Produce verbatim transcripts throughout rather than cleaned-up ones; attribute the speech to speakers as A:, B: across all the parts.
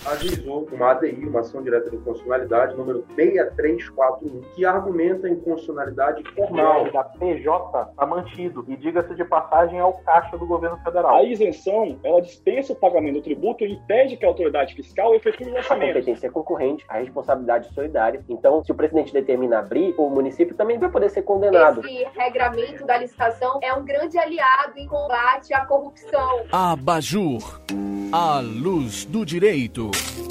A: ajuizou uma A D I, uma ação direta de inconstitucionalidade, número seis três quatro um, que argumenta a inconstitucionalidade formal.
B: O da P J está mantido e, diga-se de passagem, é o caixa do governo federal.
C: A isenção, ela dispensa o pagamento do tributo e impede que a autoridade fiscal efetue o
D: A
C: orçamento.
D: competência é concorrente, a responsabilidade solidária. Então, se o presidente determina abrir, o município também vai poder ser condenado.
E: Esse regramento da licitação é um grande aliado em combate à corrupção.
F: Abajur, a luz do direito.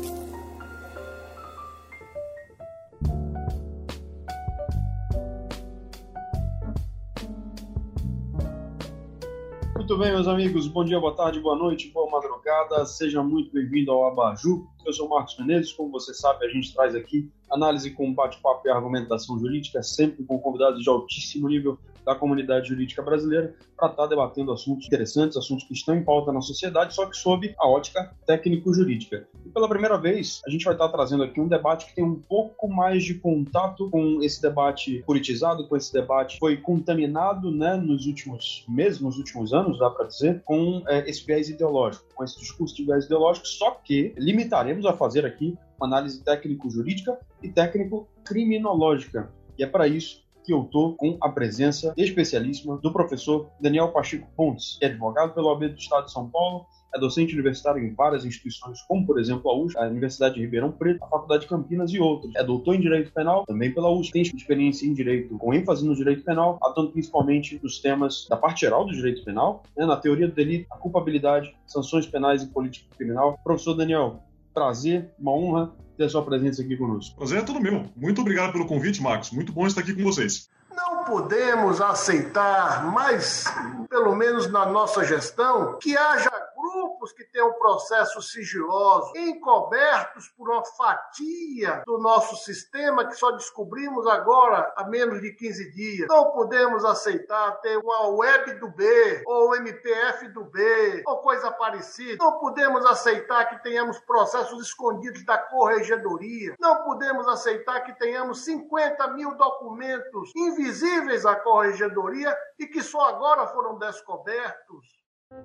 G: Muito bem, meus amigos. Bom dia, boa tarde, boa noite, boa madrugada. Seja muito bem-vindo ao Abajur. Eu sou Marcos Menezes. Como você sabe, a gente traz aqui análise com bate-papo e argumentação jurídica, sempre com convidados de altíssimo nível da comunidade jurídica brasileira, para estar debatendo assuntos interessantes, assuntos que estão em pauta na sociedade, só que sob a ótica técnico-jurídica. E pela primeira vez, a gente vai estar trazendo aqui um debate que tem um pouco mais de contato com esse debate politizado, com esse debate que foi contaminado, né, nos últimos meses, nos últimos anos, dá para dizer, com é, esse viés ideológico, com esse discurso de viés ideológico, só que limitaremos a fazer aqui uma análise técnico-jurídica e técnico-criminológica. E é para isso que eu estou com a presença especialíssima do professor Daniel Pacheco Pontes, que é advogado pela O A B do Estado de São Paulo, é docente universitário em várias instituições, como, por exemplo, a U S P, a Universidade de Ribeirão Preto, a Faculdade de Campinas e outros. É doutor em Direito Penal, também pela U S P, tem experiência em Direito, com ênfase no Direito Penal, atuando principalmente nos temas da parte geral do Direito Penal, né, na teoria do delito, a culpabilidade, sanções penais e política criminal. Professor Daniel, prazer, uma honra ter a sua presença aqui conosco.
H: Prazer é todo meu. Muito obrigado pelo convite, Marcos. Muito bom estar aqui com vocês.
I: Não podemos aceitar, mas pelo menos na nossa gestão, que haja grupos que tenham processos sigilosos, encobertos por uma fatia do nosso sistema que só descobrimos agora há menos de quinze dias. Não podemos aceitar ter uma web do B, ou M P F do B, ou coisa parecida. Não podemos aceitar que tenhamos processos escondidos da corregedoria. Não podemos aceitar que tenhamos cinquenta mil documentos invisíveis à corregedoria e que só agora foram descobertos.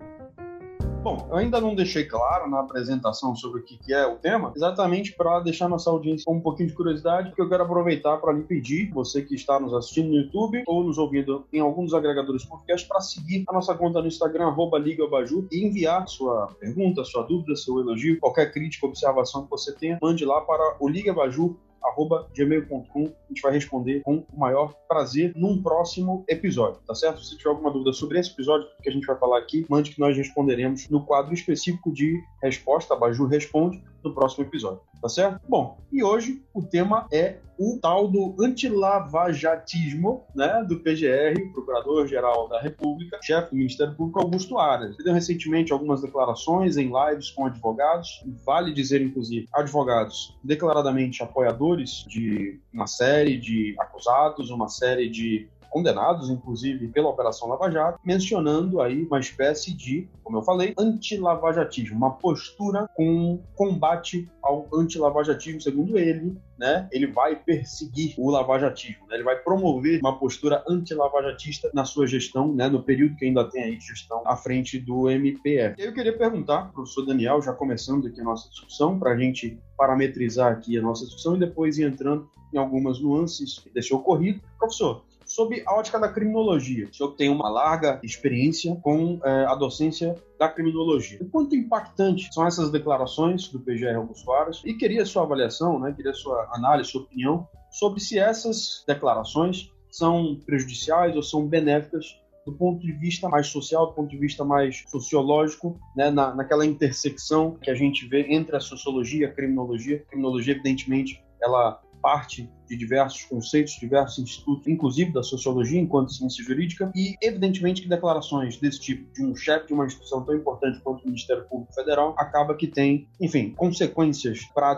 G: Bom, eu ainda não deixei claro na apresentação sobre o que é o tema, exatamente para deixar nossa audiência com um pouquinho de curiosidade, porque eu quero aproveitar para lhe pedir, você que está nos assistindo no YouTube ou nos ouvindo em algum dos agregadores de podcast, para seguir a nossa conta no Instagram, arroba Liga Abajur, e enviar sua pergunta, sua dúvida, seu elogio, qualquer crítica, observação que você tenha, mande lá para o liga abajur arroba gmail ponto com. A gente vai responder com o maior prazer num próximo episódio, tá certo? Se tiver alguma dúvida sobre esse episódio que a gente vai falar aqui, mande que nós responderemos no quadro específico de resposta, Abajur Responde, no próximo episódio, tá certo? Bom, e hoje o tema é o tal do antilavajatismo, né, do P G R, Procurador-Geral da República, chefe do Ministério Público, Augusto Aras. Ele deu recentemente algumas declarações em lives com advogados, vale dizer, inclusive, advogados declaradamente apoiadores de uma série de acusados, uma série de condenados, inclusive, pela Operação Lava Jato, mencionando aí uma espécie de, como eu falei, antilavajatismo, uma postura com combate ao antilavajatismo, segundo ele, né? Ele vai perseguir o lavajatismo, né? Ele vai promover uma postura antilavajatista na sua gestão, né? No período que ainda tem aí de gestão à frente do M P F. Eu queria perguntar, professor Daniel, já começando aqui a nossa discussão, para a gente parametrizar aqui a nossa discussão e depois ir entrando em algumas nuances desse ocorrido. Professor, sob a ótica da criminologia, o senhor tem uma larga experiência com é, a docência da criminologia. O quanto impactantes são essas declarações do P G R Augusto Aras? E queria sua avaliação, né, queria sua análise, sua opinião sobre se essas declarações são prejudiciais ou são benéficas do ponto de vista mais social, do ponto de vista mais sociológico, né, na, naquela intersecção que a gente vê entre a sociologia e a criminologia. A criminologia, evidentemente, ela parte de diversos conceitos, diversos institutos, inclusive da sociologia enquanto ciência jurídica, e evidentemente que declarações desse tipo de um chefe de uma instituição tão importante quanto o Ministério Público Federal acaba que tem, enfim, consequências práticas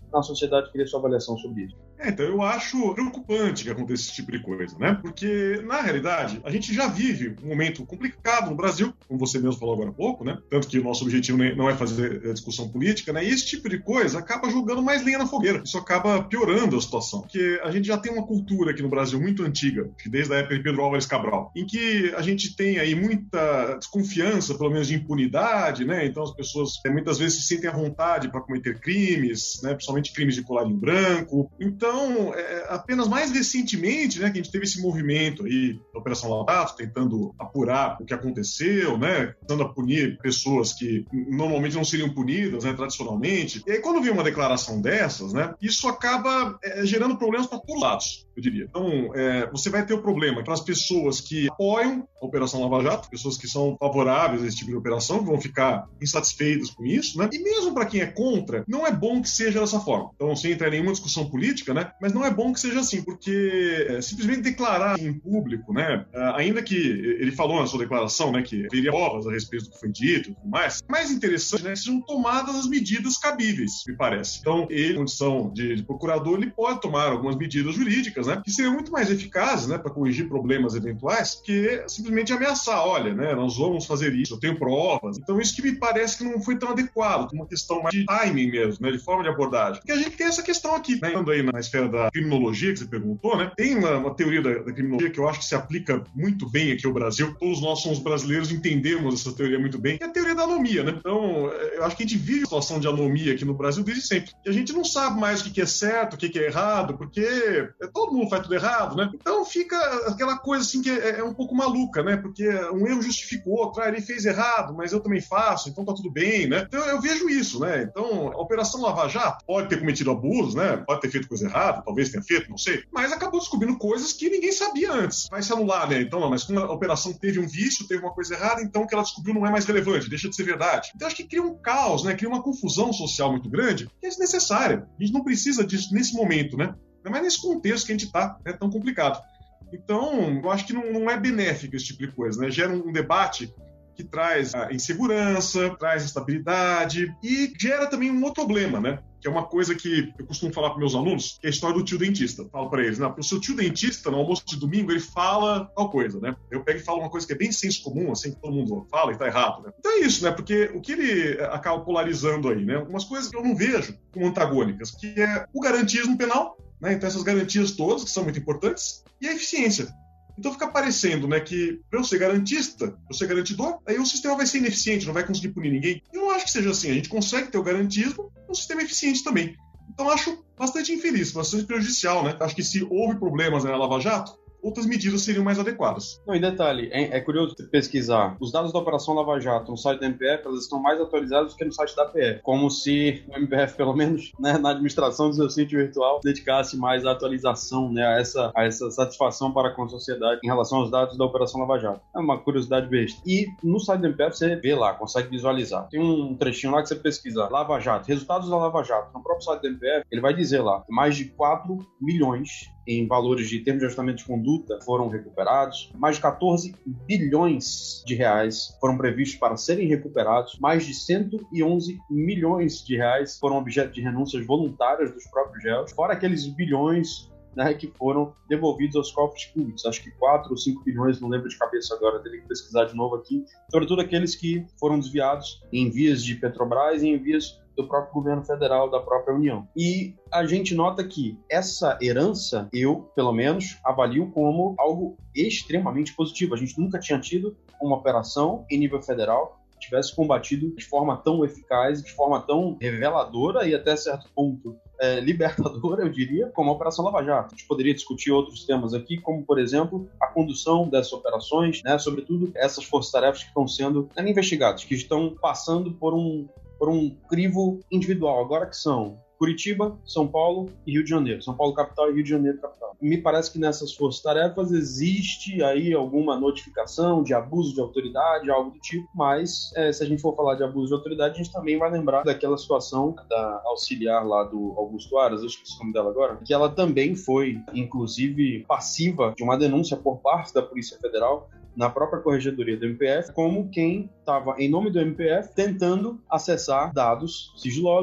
G: na sociedade. Queria sua avaliação sobre isso.
H: É, então eu acho preocupante que aconteça esse tipo de coisa, né? Porque, na realidade, a gente já vive um momento complicado no Brasil, como você mesmo falou agora há pouco, né? Tanto que o nosso objetivo não é fazer discussão política, né? E esse tipo de coisa acaba jogando mais lenha na fogueira. Isso acaba piorando a situação. Porque a gente já tem uma cultura aqui no Brasil muito antiga, desde a época de Pedro Álvares Cabral, em que a gente tem aí muita desconfiança, pelo menos de impunidade, né? Então as pessoas muitas vezes se sentem à vontade para cometer crimes, né? Principalmente crimes de colarinho branco. Então, Então, é, apenas mais recentemente, né, que a gente teve esse movimento aí da Operação Lava Jato, tentando apurar o que aconteceu, né, tentando punir pessoas que normalmente não seriam punidas, né, tradicionalmente. E aí, quando vem uma declaração dessas, né, isso acaba é, gerando problemas para todos os lados, eu diria. Então, é, você vai ter o problema para as pessoas que apoiam a Operação Lava Jato, pessoas que são favoráveis a esse tipo de operação, que vão ficar insatisfeitas com isso, né, e mesmo para quem é contra, não é bom que seja dessa forma. Então, sem entrar em nenhuma discussão política, né, mas não é bom que seja assim, porque é, simplesmente declarar em público, né, ainda que ele falou na sua declaração, né, que teria provas a respeito do que foi dito e tudo mais, mais interessante, né, que sejam tomadas as medidas cabíveis, me parece. Então, ele, em condição de, de procurador, ele pode tomar algumas medidas jurídicas, né, que seriam muito mais eficazes, né, para corrigir problemas eventuais, que simplesmente ameaçar, olha, né, nós vamos fazer isso, eu tenho provas. Então, isso que me parece que não foi tão adequado, uma questão mais de timing mesmo, né, de forma de abordagem. Porque a gente tem essa questão aqui, né, aí na esfera da criminologia que você perguntou, né? Tem uma, uma teoria da, da criminologia que eu acho que se aplica muito bem aqui ao Brasil. Todos nós somos brasileiros, entendemos essa teoria muito bem. É a teoria da anomia, né? Então, eu acho que a gente vive uma situação de anomia aqui no Brasil desde sempre. E a gente não sabe mais o que é certo, o que é errado, porque todo mundo faz tudo errado, né? Então fica aquela coisa assim que é, é um pouco maluca, né? Porque um erro justifica o outro. Ah, ele fez errado, mas eu também faço, então tá tudo bem, né? Então eu vejo isso, né? Então, a Operação Lava Jato pode ter cometido abusos, né? Pode ter feito coisa errada, talvez tenha feito, não sei, mas acabou descobrindo coisas que ninguém sabia antes. Vai se anular, né? Então, não, mas como a operação teve um vício, teve uma coisa errada, então o que ela descobriu não é mais relevante, deixa de ser verdade. Então, acho que cria um caos, né? Cria uma confusão social muito grande, que é desnecessária. A gente não precisa disso nesse momento, né? Não é nesse contexto que a gente está, é tão complicado. Então, eu acho que não, não é benéfico esse tipo de coisa, né? Gera um, um debate que traz a insegurança, traz instabilidade e gera também um outro problema, né? Que é uma coisa que eu costumo falar para meus alunos, que é a história do tio dentista. Falo para eles, né? O seu tio dentista, no almoço de domingo, ele fala tal coisa, né? Eu pego e falo uma coisa que é bem senso comum, assim, que todo mundo fala e tá errado, né? Então é isso, né? Porque o que ele acaba polarizando aí, né? Umas coisas que eu não vejo como antagônicas, que é o garantismo penal, né? Então essas garantias todas, que são muito importantes, e a eficiência. Então fica parecendo, né, que para eu ser garantista, para eu ser garantidor, aí o sistema vai ser ineficiente, não vai conseguir punir ninguém. Eu não acho que seja assim. A gente consegue ter o garantismo um sistema eficiente também. Então acho bastante infeliz, bastante prejudicial, né? Acho que se houve problemas na Lava Jato, outras medidas seriam mais adequadas.
G: Não, e detalhe, é, é curioso pesquisar. Os dados da Operação Lava Jato no site da M P F, elas estão mais atualizados do que no site da P F. Como se o M P F, pelo menos, né, na administração do seu sítio virtual, dedicasse mais à atualização, né, a, essa, a essa satisfação para com a sociedade em relação aos dados da Operação Lava Jato. É uma curiosidade besta. E no site da M P F você vê lá, consegue visualizar. Tem um trechinho lá que você pesquisa. Lava Jato, resultados da Lava Jato. No próprio site da M P F, ele vai dizer lá, mais de quatro milhões em valores de termos de ajustamento de conduta foram recuperados, mais de quatorze bilhões de reais foram previstos para serem recuperados, mais de cento e onze milhões de reais foram objeto de renúncias voluntárias dos próprios réus, fora aqueles bilhões, né, que foram devolvidos aos cofres públicos, acho que quatro ou cinco bilhões, não lembro de cabeça agora, teria que pesquisar de novo aqui, sobretudo aqueles que foram desviados em vias de Petrobras e em vias do próprio governo federal, da própria União. E a gente nota que essa herança, eu, pelo menos, avalio como algo extremamente positivo. A gente nunca tinha tido uma operação em nível federal que tivesse combatido de forma tão eficaz, de forma tão reveladora e até certo ponto é, libertadora, eu diria, como a Operação Lava Jato. A gente poderia discutir outros temas aqui, como, por exemplo, a condução dessas operações, né, sobretudo essas forças-tarefas que estão sendo né, investigadas, que estão passando por um por um crivo individual, agora que são Curitiba, São Paulo e Rio de Janeiro. São Paulo capital e Rio de Janeiro capital. Me parece que nessas forças-tarefas existe aí alguma notificação de abuso de autoridade, algo do tipo, mas é, se a gente for falar de abuso de autoridade, a gente também vai lembrar daquela situação da auxiliar lá do Augusto Aras, eu esqueci o nome dela agora, que ela também foi, inclusive, passiva de uma denúncia por parte da Polícia Federal na própria corregedoria do M P F, como quem estava, em nome do M P F, tentando acessar dados sigilosos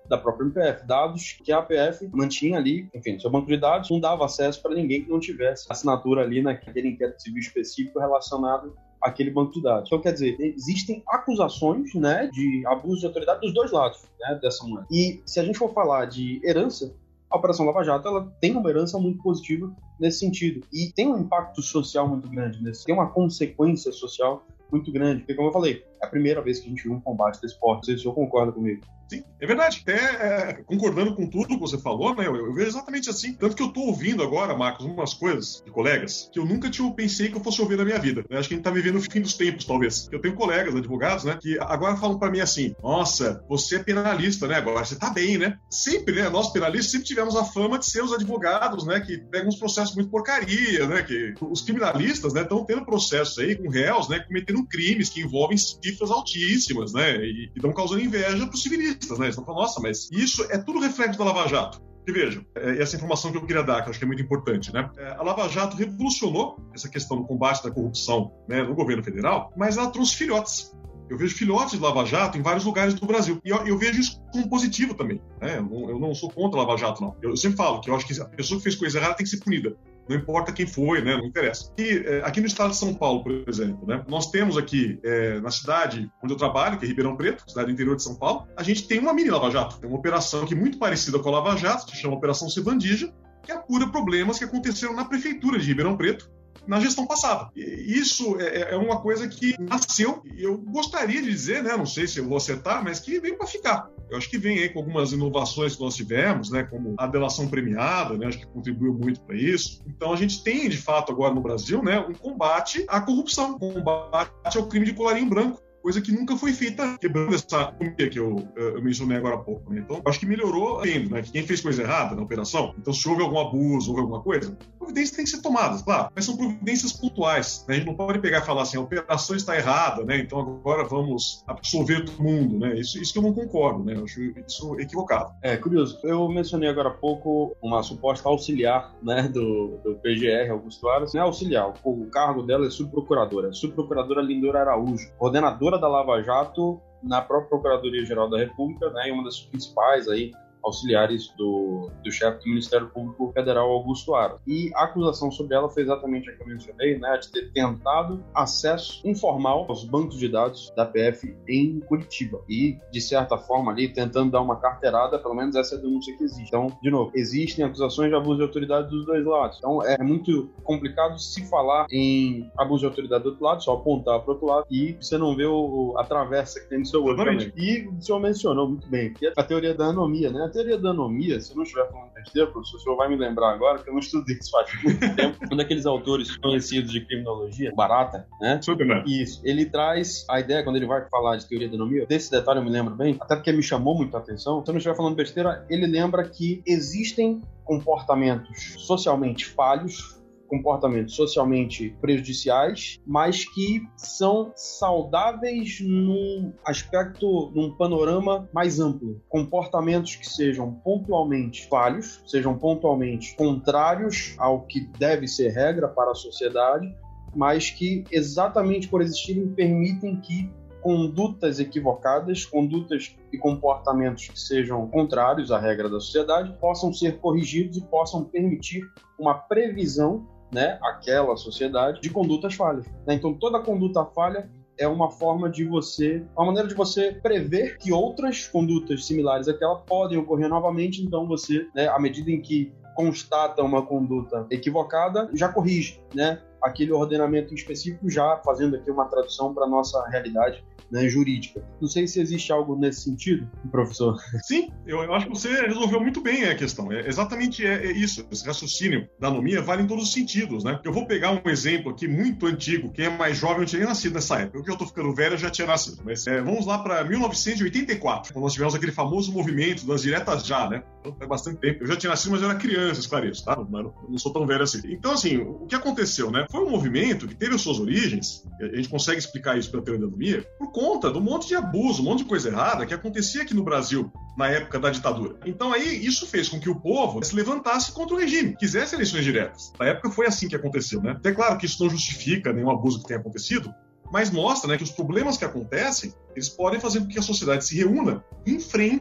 G: da própria M P F, dados que a A P F mantinha ali, enfim, seu banco de dados, não dava acesso para ninguém que não tivesse assinatura ali naquele inquérito civil específico relacionado àquele banco de dados. Então, quer dizer, existem acusações, né, de abuso de autoridade dos dois lados, né, dessa moeda. E se a gente for falar de herança, a Operação Lava Jato ela tem uma herança muito positiva nesse sentido. E tem um impacto social muito grande, nesse, tem uma consequência social muito grande. Porque, como eu falei, é a primeira vez que a gente viu um combate desse porte. Não sei se o senhor concorda comigo.
H: Sim, é verdade. Até é, concordando com tudo que você falou, né? Eu, eu vejo exatamente assim. Tanto que eu tô ouvindo agora, Marcos, umas coisas de colegas que eu nunca tinha pensei que eu fosse ouvir na minha vida. Eu acho que a gente tá vivendo o fim dos tempos, talvez. Eu tenho colegas, advogados, né? Que agora falam pra mim assim: nossa, você é penalista, né? Agora você tá bem, né? Sempre, né? Nós penalistas sempre tivemos a fama de ser os advogados, né? Que pegam uns processos muito porcaria, né? Que os criminalistas, né? Estão tendo processos aí com réus, né? Cometendo crimes que envolvem cifras altíssimas, né? E estão causando inveja pros civilistas, né? Eles estão falando, nossa, mas isso é tudo reflexo da Lava Jato. E vejam, é essa informação que eu queria dar, que eu acho que é muito importante, né? A Lava Jato revolucionou essa questão do combate da corrupção, né, no governo federal, mas ela trouxe filhotes. Eu vejo filhotes de Lava Jato em vários lugares do Brasil. E eu, eu vejo isso como positivo também, né? Eu não, eu não sou contra a Lava Jato, não. Eu sempre falo que eu acho que a pessoa que fez coisa errada tem que ser punida. Não importa quem foi, né? Não interessa. E é, aqui no estado de São Paulo, por exemplo, né? Nós temos aqui, é, na cidade onde eu trabalho, que é Ribeirão Preto, cidade do interior de São Paulo, a gente tem uma mini Lava Jato. Tem uma operação aqui muito parecida com a Lava Jato, que se chama Operação Sevandija, que apura problemas que aconteceram na prefeitura de Ribeirão Preto na gestão passada. E isso é, é uma coisa que nasceu, e eu gostaria de dizer, né? Não sei se eu vou acertar, mas que veio para ficar. Eu acho que vem aí com algumas inovações que nós tivemos, né, como a delação premiada, né, acho que contribuiu muito para isso. Então a gente tem, de fato, agora no Brasil, né, um combate à corrupção, um combate ao crime de colarinho branco, coisa que nunca foi feita, quebrando essa economia que eu, eu mencionei agora há pouco. Né? Então, acho que melhorou ainda, né? Que quem fez coisa errada na operação, então se houve algum abuso, houve alguma coisa, providências têm que ser tomadas, claro, mas são providências pontuais. Né? A gente não pode pegar e falar assim, a operação está errada, né? Então agora vamos absolver todo mundo, né? Isso, isso que eu não concordo, né? Eu acho isso equivocado.
G: É, curioso. Eu mencionei agora há pouco uma suposta auxiliar, né, do, do P G R, Augusto Aras. Não é auxiliar, o cargo dela é subprocuradora. Subprocuradora Lindora Araújo, coordenadora da Lava Jato na própria Procuradoria-Geral da República, né, e uma das principais aí auxiliares do, do chefe do Ministério Público Federal, Augusto Aras. E a acusação sobre ela foi exatamente a que eu mencionei, né, de ter tentado acesso informal aos bancos de dados da P F em Curitiba. E, de certa forma, ali, tentando dar uma carteirada, pelo menos essa é a denúncia que existe. Então, de novo, existem acusações de abuso de autoridade dos dois lados. Então, é muito complicado se falar em abuso de autoridade do outro lado, só apontar para o outro lado e você não vê o, a travessa que tem no seu olho também. E o senhor mencionou muito bem que a teoria da anomia, né? A teoria da anomia, se eu não estiver falando besteira, professor, o senhor vai me lembrar agora, que eu não estudei isso faz muito tempo. Um daqueles autores conhecidos de criminologia, Barata, né?
H: Super, né?
G: Isso. Ele traz a ideia, quando ele vai falar de teoria da anomia, desse detalhe eu me lembro bem, até porque me chamou muito a atenção. Se eu não estiver falando besteira, ele lembra que existem comportamentos socialmente falhos, comportamentos socialmente prejudiciais, mas que são saudáveis num aspecto, num panorama mais amplo. Comportamentos que sejam pontualmente falhos, sejam pontualmente contrários ao que deve ser regra para a sociedade, mas que, exatamente por existirem, permitem que condutas equivocadas, condutas e comportamentos que sejam contrários à regra da sociedade possam ser corrigidos e possam permitir uma previsão, né, àquela sociedade de condutas falhas. Né? Então, toda conduta falha é uma forma de você, uma maneira de você prever que outras condutas similares àquela podem ocorrer novamente. Então, você, né, à medida em que constata uma conduta equivocada, já corrige, né, aquele ordenamento em específico, já fazendo aqui uma tradução para a nossa realidade, né, jurídica. Não sei se existe algo nesse sentido, professor.
H: Sim, eu, eu acho que você resolveu muito bem a questão. É, exatamente é, é isso. Esse raciocínio da anomia vale em todos os sentidos, né? Eu vou pegar um exemplo aqui muito antigo. Quem é mais jovem, eu não tinha nem nascido nessa época. Eu que eu tô ficando velho, eu já tinha nascido. Mas é, vamos lá para mil novecentos e oitenta e quatro, quando nós tivemos aquele famoso movimento das diretas já, né? Então, faz bastante tempo. Eu já tinha nascido, mas eu era criança, esclareço, tá? Mas não, não sou tão velho assim. Então, assim, o que aconteceu, né? Foi um movimento que teve as suas origens, a gente consegue explicar isso pela teoria da anomia, por conta do monte de abuso, um monte de coisa errada que acontecia aqui no Brasil na época da ditadura. Então aí isso fez com que o povo se levantasse contra o regime, quisesse eleições diretas. Na época foi assim que aconteceu, né? É claro que isso não justifica nenhum abuso que tenha acontecido, mas mostra, né, que os problemas que acontecem, eles podem fazer com que a sociedade se reúna em frente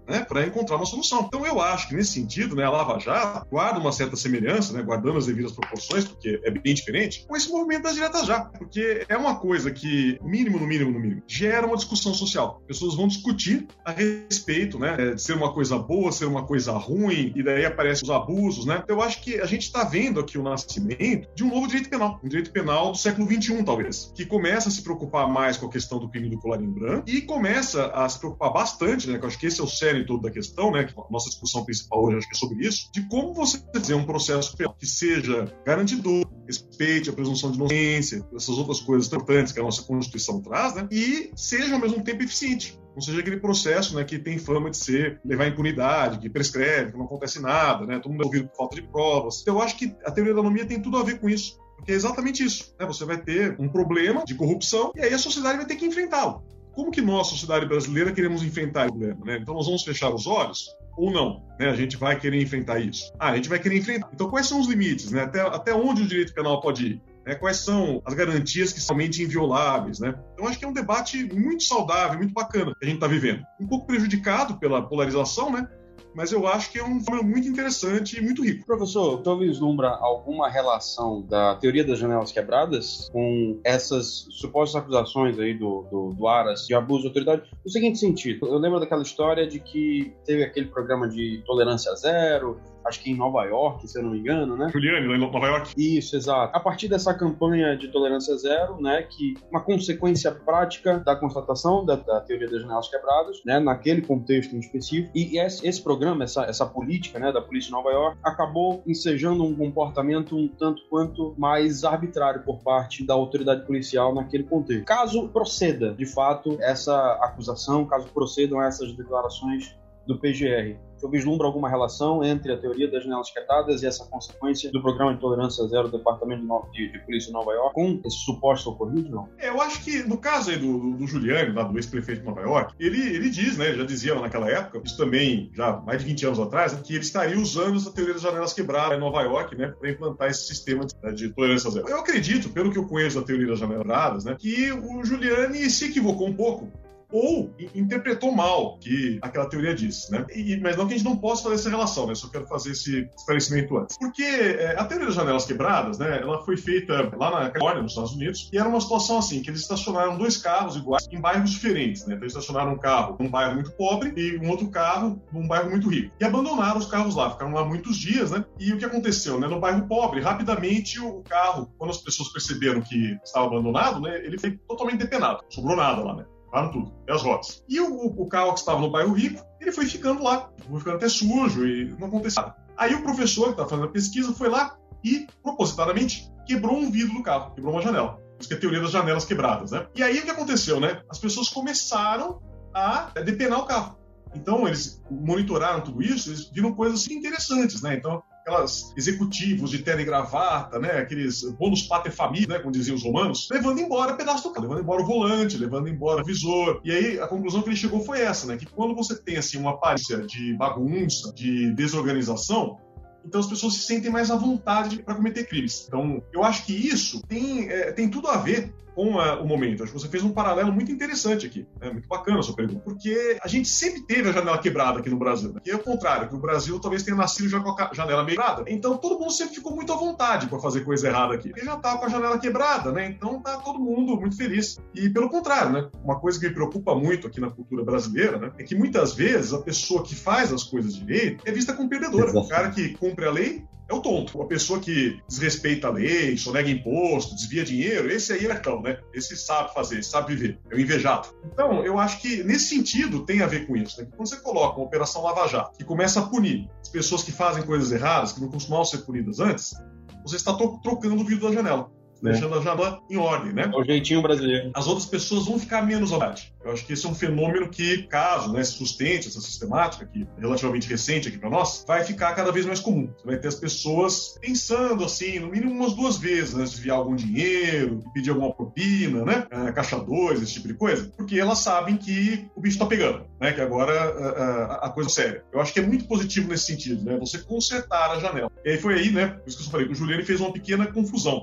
H: né, para encontrar uma solução. Então eu acho que nesse sentido, né, a Lava Jato guarda uma certa semelhança, né, guardando as devidas proporções, porque é bem diferente, com esse movimento das diretas já, porque é uma coisa que, no mínimo, no mínimo, no mínimo, gera uma discussão social. As pessoas vão discutir a respeito, né, de ser uma coisa boa, ser uma coisa ruim, e daí aparecem os abusos, né. Então eu acho que a gente está vendo aqui o nascimento de um novo direito penal, um direito penal do século vinte e um, talvez, que começa a se preocupar mais com a questão do crime do colarinho branco e começa a se preocupar bastante, né, que eu acho que esse é o cerne todo da questão, né, que a nossa discussão principal hoje acho que é sobre isso, de como você fazer um processo penal que seja garantidor, respeite a presunção de inocência, essas outras coisas importantes que a nossa Constituição traz, né, e seja ao mesmo tempo eficiente. Não seja aquele processo, né, que tem fama de ser levar impunidade, que prescreve, que não acontece nada, né, todo mundo é ouvido por falta de provas. Então eu acho que a teoria da anomia tem tudo a ver com isso. Porque é exatamente isso, né? Você vai ter um problema de corrupção e aí a sociedade vai ter que enfrentá-lo. Como que nós, sociedade brasileira, queremos enfrentar o problema, né? Então nós vamos fechar os olhos ou não, né? A gente vai querer enfrentar isso. Ah, a gente vai querer enfrentar. Então quais são os limites, né? Até, até onde o direito penal pode ir? Né? Quais são as garantias que são realmente invioláveis, né? Então acho que é um debate muito saudável, muito bacana que a gente está vivendo. Um pouco prejudicado pela polarização, né? Mas eu acho que é um fenômeno muito interessante e muito rico.
G: Professor, você vislumbra alguma relação da teoria das janelas quebradas com essas supostas acusações aí do, do, do Aras de abuso de autoridade? No seguinte sentido, eu lembro daquela história de que teve aquele programa de tolerância zero, acho que em Nova York, se eu não me engano, né?
H: Juliane, lá em Nova York.
G: Isso, exato. A partir dessa campanha de tolerância zero, né, que uma consequência prática da constatação da, da teoria das janelas quebradas, né, naquele contexto em específico, e esse, esse programa, essa, essa política, né, da polícia de Nova York, acabou ensejando um comportamento um tanto quanto mais arbitrário por parte da autoridade policial naquele contexto. Caso proceda, de fato, essa acusação, caso procedam essas declarações do P G R, eu vislumbro alguma relação entre a teoria das janelas quebradas e essa consequência do programa de tolerância zero do Departamento de, de Polícia de Nova York com esse suposto ocorrido, não?
H: É, eu acho que no caso aí do, do, do Giuliani, lá, do ex-prefeito de Nova York, ele, ele diz, né, ele já dizia lá naquela época, isso também já mais de vinte anos atrás, né, que ele estaria usando essa teoria das janelas quebradas em Nova York, né, para implantar esse sistema de, de tolerância zero. Eu acredito, pelo que eu conheço da teoria das janelas quebradas, né, que o Giuliani se equivocou um pouco, ou interpretou mal que aquela teoria diz, né? E, mas não que a gente não possa fazer essa relação, né? Só quero fazer esse esclarecimento antes. Porque é, a teoria das janelas quebradas, né? Ela foi feita lá na Califórnia, nos Estados Unidos, e era uma situação assim, que eles estacionaram dois carros iguais em bairros diferentes, né? Então eles estacionaram um carro num bairro muito pobre e um outro carro num bairro muito rico. E abandonaram os carros lá, ficaram lá muitos dias, né? E o que aconteceu, né? No bairro pobre, rapidamente o carro, quando as pessoas perceberam que estava abandonado, né? Ele foi totalmente depenado, não sobrou nada lá, né? Pararam tudo, e as rodas. E o, o carro que estava no bairro rico, ele foi ficando lá, foi ficando até sujo e não aconteceu nada. Aí o professor que estava fazendo a pesquisa foi lá e, propositadamente, quebrou um vidro do carro, quebrou uma janela. Isso que é a teoria das janelas quebradas, né? E aí o que aconteceu, né? As pessoas começaram a depenar o carro. Então eles monitoraram tudo isso, eles viram coisas interessantes, né? Então aquelas executivos de terno e gravata, né? Aqueles bonus pater família, né? Como diziam os romanos, levando embora pedaço do carro, levando embora o volante, levando embora o visor. E aí a conclusão que ele chegou foi essa, né? Que quando você tem assim uma aparência de bagunça, de desorganização, então as pessoas se sentem mais à vontade para cometer crimes. Então eu acho que isso tem, é, tem tudo a ver com a, o momento. Acho que você fez um paralelo muito interessante aqui. É muito bacana a sua pergunta. Porque a gente sempre teve a janela quebrada aqui no Brasil. Né? E é o contrário, que o Brasil talvez tenha nascido já com a janela meio quebrada. Então todo mundo sempre ficou muito à vontade para fazer coisa errada aqui. Ele já estava com a janela quebrada, né? Então tá todo mundo muito feliz. E pelo contrário, né? Uma coisa que me preocupa muito aqui na cultura brasileira, né? É que muitas vezes a pessoa que faz as coisas direito é vista como perdedora. Exato. O cara que cumpre a lei é o tonto. A pessoa que desrespeita a lei, sonega imposto, desvia dinheiro, esse aí é lercão, né? Esse sabe fazer, sabe viver. É o invejado. Então, eu acho que nesse sentido tem a ver com isso, né? Quando você coloca uma Operação Lava Jato que começa a punir as pessoas que fazem coisas erradas, que não costumavam ser punidas antes, você está trocando o vidro da janela. É. Deixando a janela em ordem, né?
G: É o jeitinho brasileiro.
H: As outras pessoas vão ficar menos à vontade. Eu acho que esse é um fenômeno que, caso né, se sustente essa sistemática, que é relativamente recente aqui para nós, vai ficar cada vez mais comum. Você vai ter as pessoas pensando assim, no mínimo umas duas vezes, antes de enviar algum dinheiro, pedir alguma propina, né? É, caixa dois, esse tipo de coisa, porque elas sabem que o bicho tá pegando, né? Que agora a, a, a coisa é séria. Eu acho que é muito positivo nesse sentido, né? Você consertar a janela. E aí foi aí, né? Por isso que eu falei que o Giuliani fez uma pequena confusão.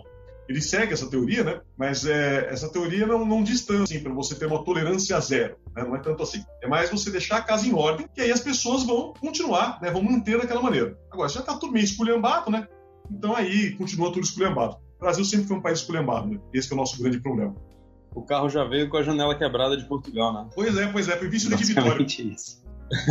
H: ele segue essa teoria, né? Mas é, essa teoria não, não diz tanto assim, para você ter uma tolerância zero, né? Não é tanto assim. É mais você deixar a casa em ordem, que aí as pessoas vão continuar, né? Vão manter daquela maneira. Agora, já está tudo meio esculhambado, né? Então aí continua tudo esculhambado. O Brasil sempre foi um país esculhambado, né? Esse é o nosso grande problema.
G: O carro já veio com a janela quebrada de Portugal, né?
H: Pois é, pois é, foi vício de Vitória.
G: Isso.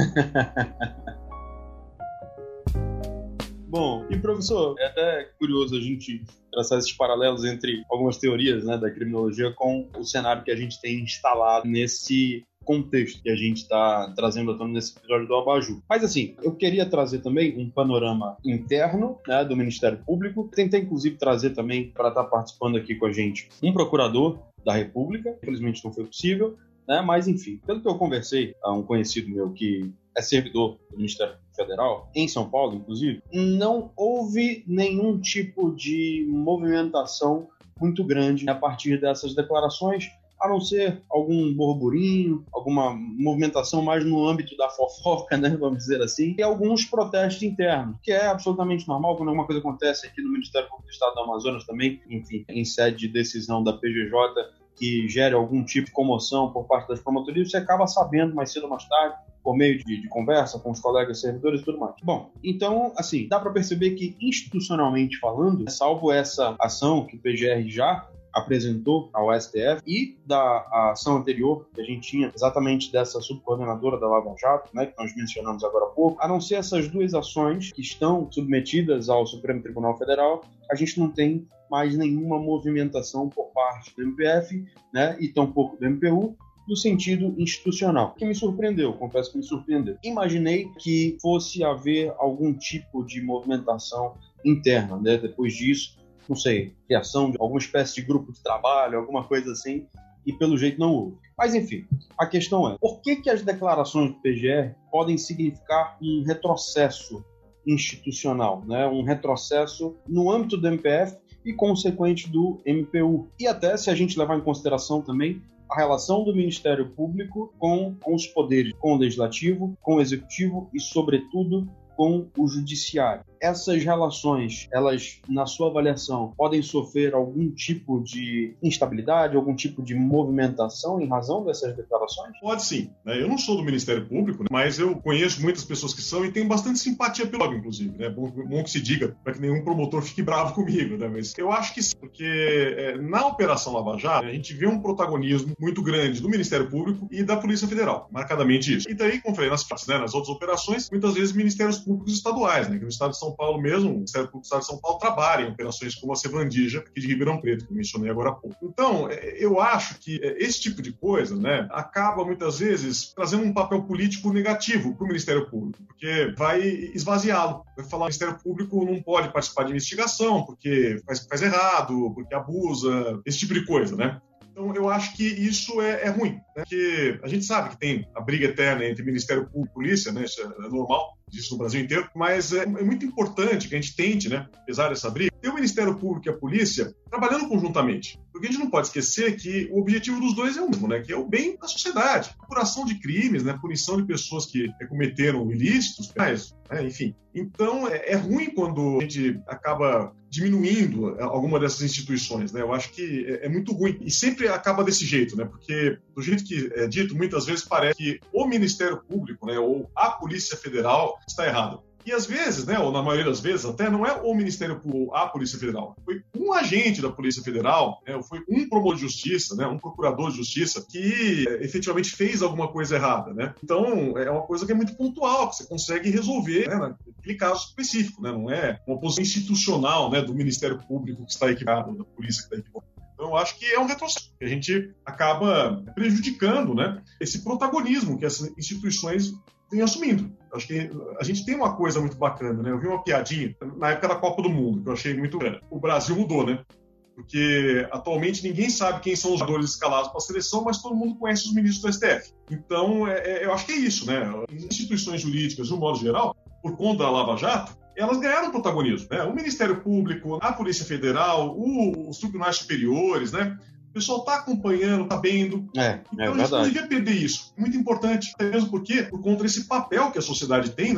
G: Bom, e professor, é até curioso a gente traçar esses paralelos entre algumas teorias, né, da criminologia com o cenário que a gente tem instalado nesse contexto que a gente está trazendo à tona nesse episódio do Abajur. Mas assim, eu queria trazer também um panorama interno, né, do Ministério Público. Tentei inclusive trazer também, para estar participando aqui com a gente, um procurador da República. Infelizmente não foi possível, né, mas enfim, pelo que eu conversei a um conhecido meu que é servidor do Ministério Federal, em São Paulo, inclusive, não houve nenhum tipo de movimentação muito grande a partir dessas declarações, a não ser algum burburinho, alguma movimentação mais no âmbito da fofoca, né, vamos dizer assim, e alguns protestos internos, que é absolutamente normal quando alguma coisa acontece aqui no Ministério Público do Estado do Amazonas também, enfim, em sede de decisão da P G J, que gere algum tipo de comoção por parte das promotorias, você acaba sabendo mais cedo ou mais tarde, por meio de, de conversa com os colegas servidores e tudo mais. Bom, então, assim, dá para perceber que, institucionalmente falando, salvo essa ação que o P G R já apresentou ao S T F e da ação anterior que a gente tinha exatamente dessa subcoordenadora da Lava Jato, né, que nós mencionamos agora há pouco, a não ser essas duas ações que estão submetidas ao Supremo Tribunal Federal, a gente não tem mais nenhuma movimentação por parte do M P F, né, e tampouco do M P U, no sentido institucional, que me surpreendeu, confesso que me surpreendeu. Imaginei que fosse haver algum tipo de movimentação interna, né? Depois disso, não sei, criação de alguma espécie de grupo de trabalho, alguma coisa assim, e pelo jeito não houve. Mas enfim, a questão é, por que que as declarações do P G R podem significar um retrocesso institucional, né? Um retrocesso no âmbito do M P F e consequente do M P U? E até se a gente levar em consideração também a relação do Ministério Público com, com os poderes, com o Legislativo, com o Executivo e, sobretudo, com o Judiciário. Essas relações, elas, na sua avaliação, podem sofrer algum tipo de instabilidade, algum tipo de movimentação em razão dessas declarações?
H: Pode sim. Eu não sou do Ministério Público, mas eu conheço muitas pessoas que são e tenho bastante simpatia pelo órgão, inclusive. É bom, bom que se diga, para que nenhum promotor fique bravo comigo, né? Mas eu acho que sim, porque é, na Operação Lava Jato, a gente vê um protagonismo muito grande do Ministério Público e da Polícia Federal, marcadamente isso. E daí, como eu falei, nas, né, nas outras operações, muitas vezes ministérios públicos estaduais, né? Que no estado de São Paulo mesmo, o Ministério Público do Estado de São Paulo trabalha em operações como a Sevandija, aqui de Ribeirão Preto, que eu mencionei agora há pouco. Então, eu acho que esse tipo de coisa, né, acaba muitas vezes trazendo um papel político negativo para o Ministério Público, porque vai esvaziá-lo. Vai falar que o Ministério Público não pode participar de investigação porque faz, faz errado, porque abusa, esse tipo de coisa, né? Então, eu acho que isso é, é ruim, né? Porque a gente sabe que tem a briga eterna entre Ministério Público e Polícia, né? Isso é normal, disso no Brasil inteiro, mas é, é muito importante que a gente tente, né, apesar dessa briga, ter o Ministério Público e a Polícia trabalhando conjuntamente. Porque a gente não pode esquecer que o objetivo dos dois é o mesmo, né? Que é o bem da sociedade. Apuração de crimes, né? Punição de pessoas que cometeram ilícitos, mas, né? Enfim. Então, é, é ruim quando a gente acaba diminuindo alguma dessas instituições, né? Eu acho que é, é muito ruim. E sempre acaba desse jeito, né? Porque, do jeito que é dito, muitas vezes parece que o Ministério Público, né, ou a Polícia Federal está errada. E às vezes, né, ou na maioria das vezes até, não é o Ministério Público, a Polícia Federal. Foi um agente da Polícia Federal, né, ou foi um promotor de justiça, né, um procurador de justiça, que é, efetivamente fez alguma coisa errada, né? Então, é uma coisa que é muito pontual, que você consegue resolver, né, naquele caso específico, né? Não é uma posição institucional, né, do Ministério Público que está equivocado, da polícia que está equivocada. Então, eu acho que é um retrocesso, que a gente acaba prejudicando, né, esse protagonismo que essas instituições têm assumindo. Eu acho que a gente tem uma coisa muito bacana, né? Eu vi uma piadinha na época da Copa do Mundo, que eu achei muito grande. O Brasil mudou, né? Porque atualmente ninguém sabe quem são os jogadores escalados para a seleção, mas todo mundo conhece os ministros do S T F. Então, é, é, eu acho que é isso, né? As instituições jurídicas, de um modo geral, por conta da Lava Jato, elas ganharam protagonismo, né? O Ministério Público, a Polícia Federal, o, os tribunais superiores, né? O pessoal está acompanhando, está vendo.
G: É,
H: então
G: é
H: a gente não devia perder isso. Muito importante, mesmo porque, por conta desse papel que a sociedade tem, né?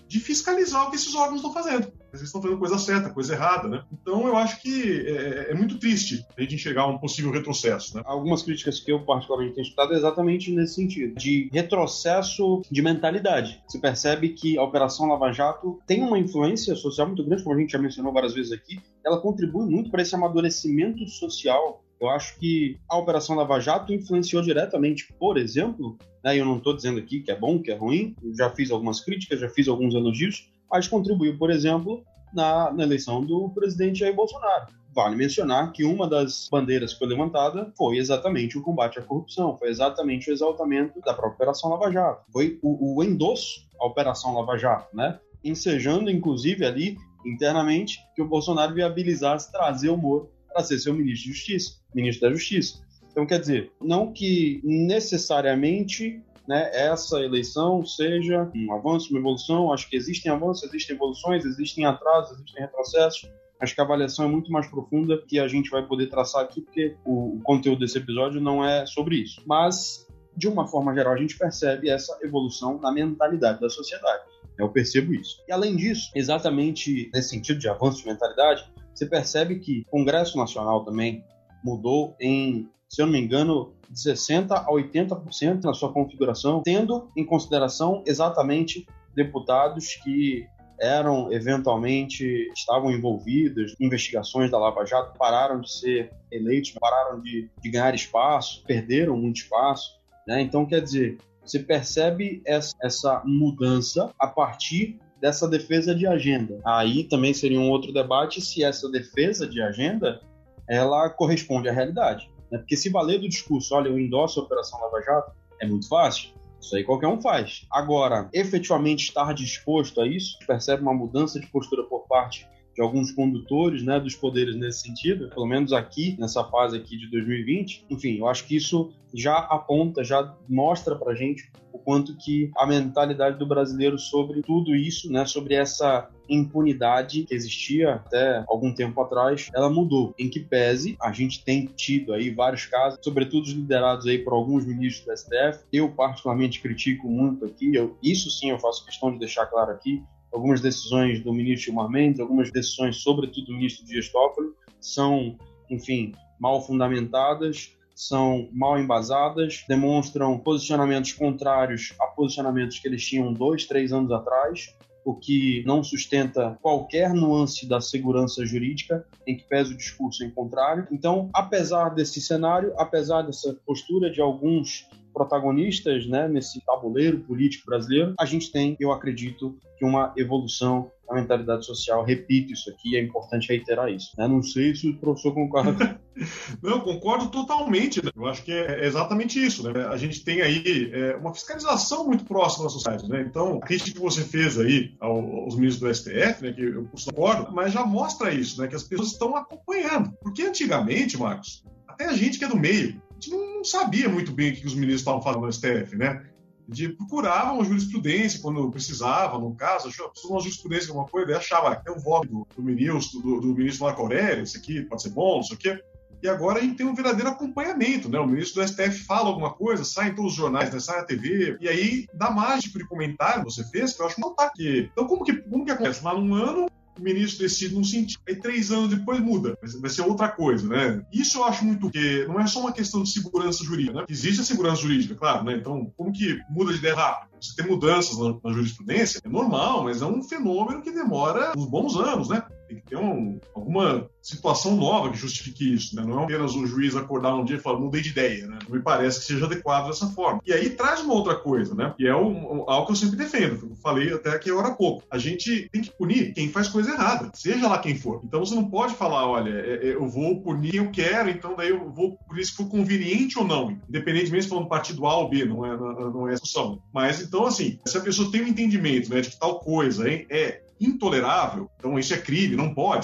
H: de fiscalizar o que esses órgãos estão fazendo. Eles estão fazendo coisa certa, coisa errada, né? Então eu acho que é, é muito triste a gente enxergar um possível retrocesso, né?
G: Algumas críticas que eu particularmente tenho escutado é exatamente nesse sentido, de retrocesso de mentalidade. Se percebe que a Operação Lava Jato tem uma influência social muito grande, como a gente já mencionou várias vezes aqui, ela contribui muito para esse amadurecimento social. Eu acho que a Operação Lava Jato influenciou diretamente, por exemplo, né, eu não estou dizendo aqui que é bom, que é ruim, eu já fiz algumas críticas, já fiz alguns elogios, mas contribuiu, por exemplo, na, na eleição do presidente Jair Bolsonaro. Vale mencionar que uma das bandeiras que foi levantada foi exatamente o combate à corrupção, foi exatamente o exaltamento da própria Operação Lava Jato, foi o, o endosso à Operação Lava Jato, né? Ensejando, inclusive, ali, internamente, que o Bolsonaro viabilizasse trazer o Moro para ser seu ministro de Justiça, ministro da Justiça. Então, quer dizer, não que necessariamente, né, essa eleição seja um avanço, uma evolução. Acho que existem avanços, existem evoluções, existem atrasos, existem retrocessos. Acho que a avaliação é muito mais profunda que a gente vai poder traçar aqui, porque o, o conteúdo desse episódio não é sobre isso. Mas, de uma forma geral, a gente percebe essa evolução na mentalidade da sociedade. Eu percebo isso. E, além disso, exatamente nesse sentido de avanço de mentalidade, você percebe que o Congresso Nacional também mudou em, se eu não me engano, de sessenta por cento a oitenta por cento na sua configuração, tendo em consideração exatamente deputados que eram, eventualmente, estavam envolvidos em investigações da Lava Jato, pararam de ser eleitos, pararam de, de ganhar espaço, perderam muito espaço, né? Então, quer dizer, você percebe essa, essa mudança a partir dessa defesa de agenda. Aí também seria um outro debate se essa defesa de agenda ela corresponde à realidade, né? Porque se valer do discurso, olha, eu endosso a Operação Lava Jato, é muito fácil. Isso aí qualquer um faz. Agora, efetivamente estar disposto a isso, percebe uma mudança de postura por parte de alguns condutores, né, dos poderes nesse sentido, pelo menos aqui, nessa fase aqui de dois mil e vinte. Enfim, eu acho que isso já aponta, já mostra pra gente o quanto que a mentalidade do brasileiro sobre tudo isso, né, sobre essa impunidade que existia até algum tempo atrás, ela mudou. Em que pese, a gente tem tido aí vários casos, sobretudo liderados aí por alguns ministros do S T F. Eu particularmente critico muito aqui, eu, isso sim eu faço questão de deixar claro aqui, algumas decisões do ministro Gilmar Mendes, algumas decisões, sobretudo do ministro Dias Toffoli, são, enfim, mal fundamentadas, são mal embasadas, demonstram posicionamentos contrários a posicionamentos que eles tinham dois, três anos atrás, o que não sustenta qualquer nuance da segurança jurídica, em que pesa o discurso em contrário. Então, apesar desse cenário, apesar dessa postura de alguns protagonistas, né, nesse tabuleiro político brasileiro, a gente tem, eu acredito, que uma evolução na mentalidade social. Repito isso aqui, é importante reiterar isso. Eu não sei se o professor concorda.
H: Não, concordo totalmente. Eu acho que é exatamente isso, né? A gente tem aí é, uma fiscalização muito próxima da sociedade, né? Então, a crítica que você fez aí aos ministros do S T F, né, que eu concordo, mas já mostra isso, né, que as pessoas estão acompanhando. Porque antigamente, Marcos, até a gente que é do meio, a gente não sabia muito bem o que os ministros estavam falando no S T F, né? De procuravam a jurisprudência quando precisava, no caso, achava uma jurisprudência alguma coisa, e achava que é um voto do, do ministro, do, do ministro Marco Aurélio, isso aqui pode ser bom, isso aqui. E agora a gente tem um verdadeiro acompanhamento, né? O ministro do S T F fala alguma coisa, sai em todos os jornais, né? Sai na T V, e aí dá mais tipo de comentário que você fez, que eu acho que não tá aqui. Então como que, como que acontece? Lá num ano, o ministro decide num sentido, aí três anos depois muda, vai ser outra coisa, né? Isso eu acho muito que não é só uma questão de segurança jurídica, né? Existe a segurança jurídica, claro, né? Então, como que muda de ideia rápido? Você tem mudanças na, na jurisprudência, é normal, mas é um fenômeno que demora uns bons anos, né? Tem que ter um, alguma situação nova que justifique isso, né? Não é apenas o juiz acordar um dia e falar, mudei de ideia, né? Não me parece que seja adequado dessa forma. E aí traz uma outra coisa, né? Que é o, algo que eu sempre defendo, eu falei até aqui agora há pouco. A gente tem que punir quem faz coisa errada, seja lá quem for. Então você não pode falar, olha, eu vou punir quem eu quero, então daí eu vou punir se for conveniente ou não, independentemente se for no partido A ou B, não é, não é discussão. Mas então, assim, se a pessoa tem um entendimento, né, de que tal coisa, hein, é intolerável, então isso é crime, não pode,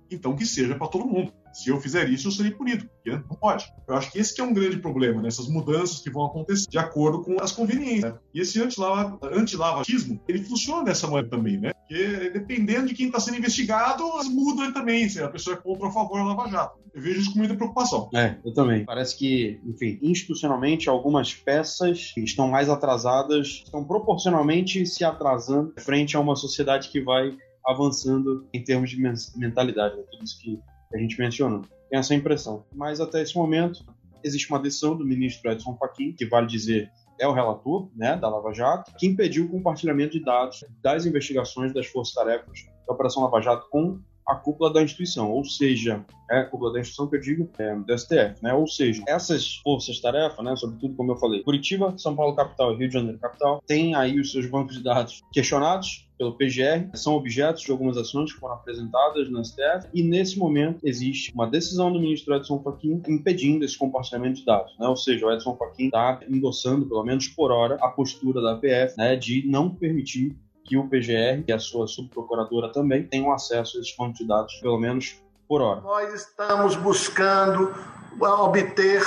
H: então que seja para todo mundo. Se eu fizer isso, eu serei punido, porque não pode. Eu acho que esse que é um grande problema, né? Essas mudanças que vão acontecer de acordo com as conveniências. Né? E esse antilava, antilavagismo, ele funciona dessa maneira também, né? Porque dependendo de quem está sendo investigado, muda também, se a pessoa é contra ou a favor da Lava Jato. Eu vejo isso com muita preocupação.
G: É, eu também. Parece que, enfim, institucionalmente, algumas peças que estão mais atrasadas estão proporcionalmente se atrasando frente a uma sociedade que vai avançando em termos de mentalidade, né? Tudo isso que a gente mencionou. Tem essa impressão. Mas até esse momento, existe uma decisão do ministro Edson Fachin, que vale dizer é o relator, né, da Lava Jato, que impediu o compartilhamento de dados das investigações das forças-tarefas da Operação Lava Jato com a cúpula da instituição, ou seja, é a cúpula da instituição que eu digo é, do S T F, né? Ou seja, essas forças-tarefa, né, sobretudo, como eu falei, Curitiba, São Paulo capital e Rio de Janeiro capital, têm aí os seus bancos de dados questionados pelo P G R, são objetos de algumas ações que foram apresentadas no S T F, e nesse momento existe uma decisão do ministro Edson Fachin impedindo esse compartilhamento de dados, né? Ou seja, o Edson Fachin está endossando, pelo menos por hora, a postura da P F, né, de não permitir que o P G R e a sua subprocuradora também tenham acesso a esses bancos de dados, pelo menos por hora.
I: Nós estamos buscando obter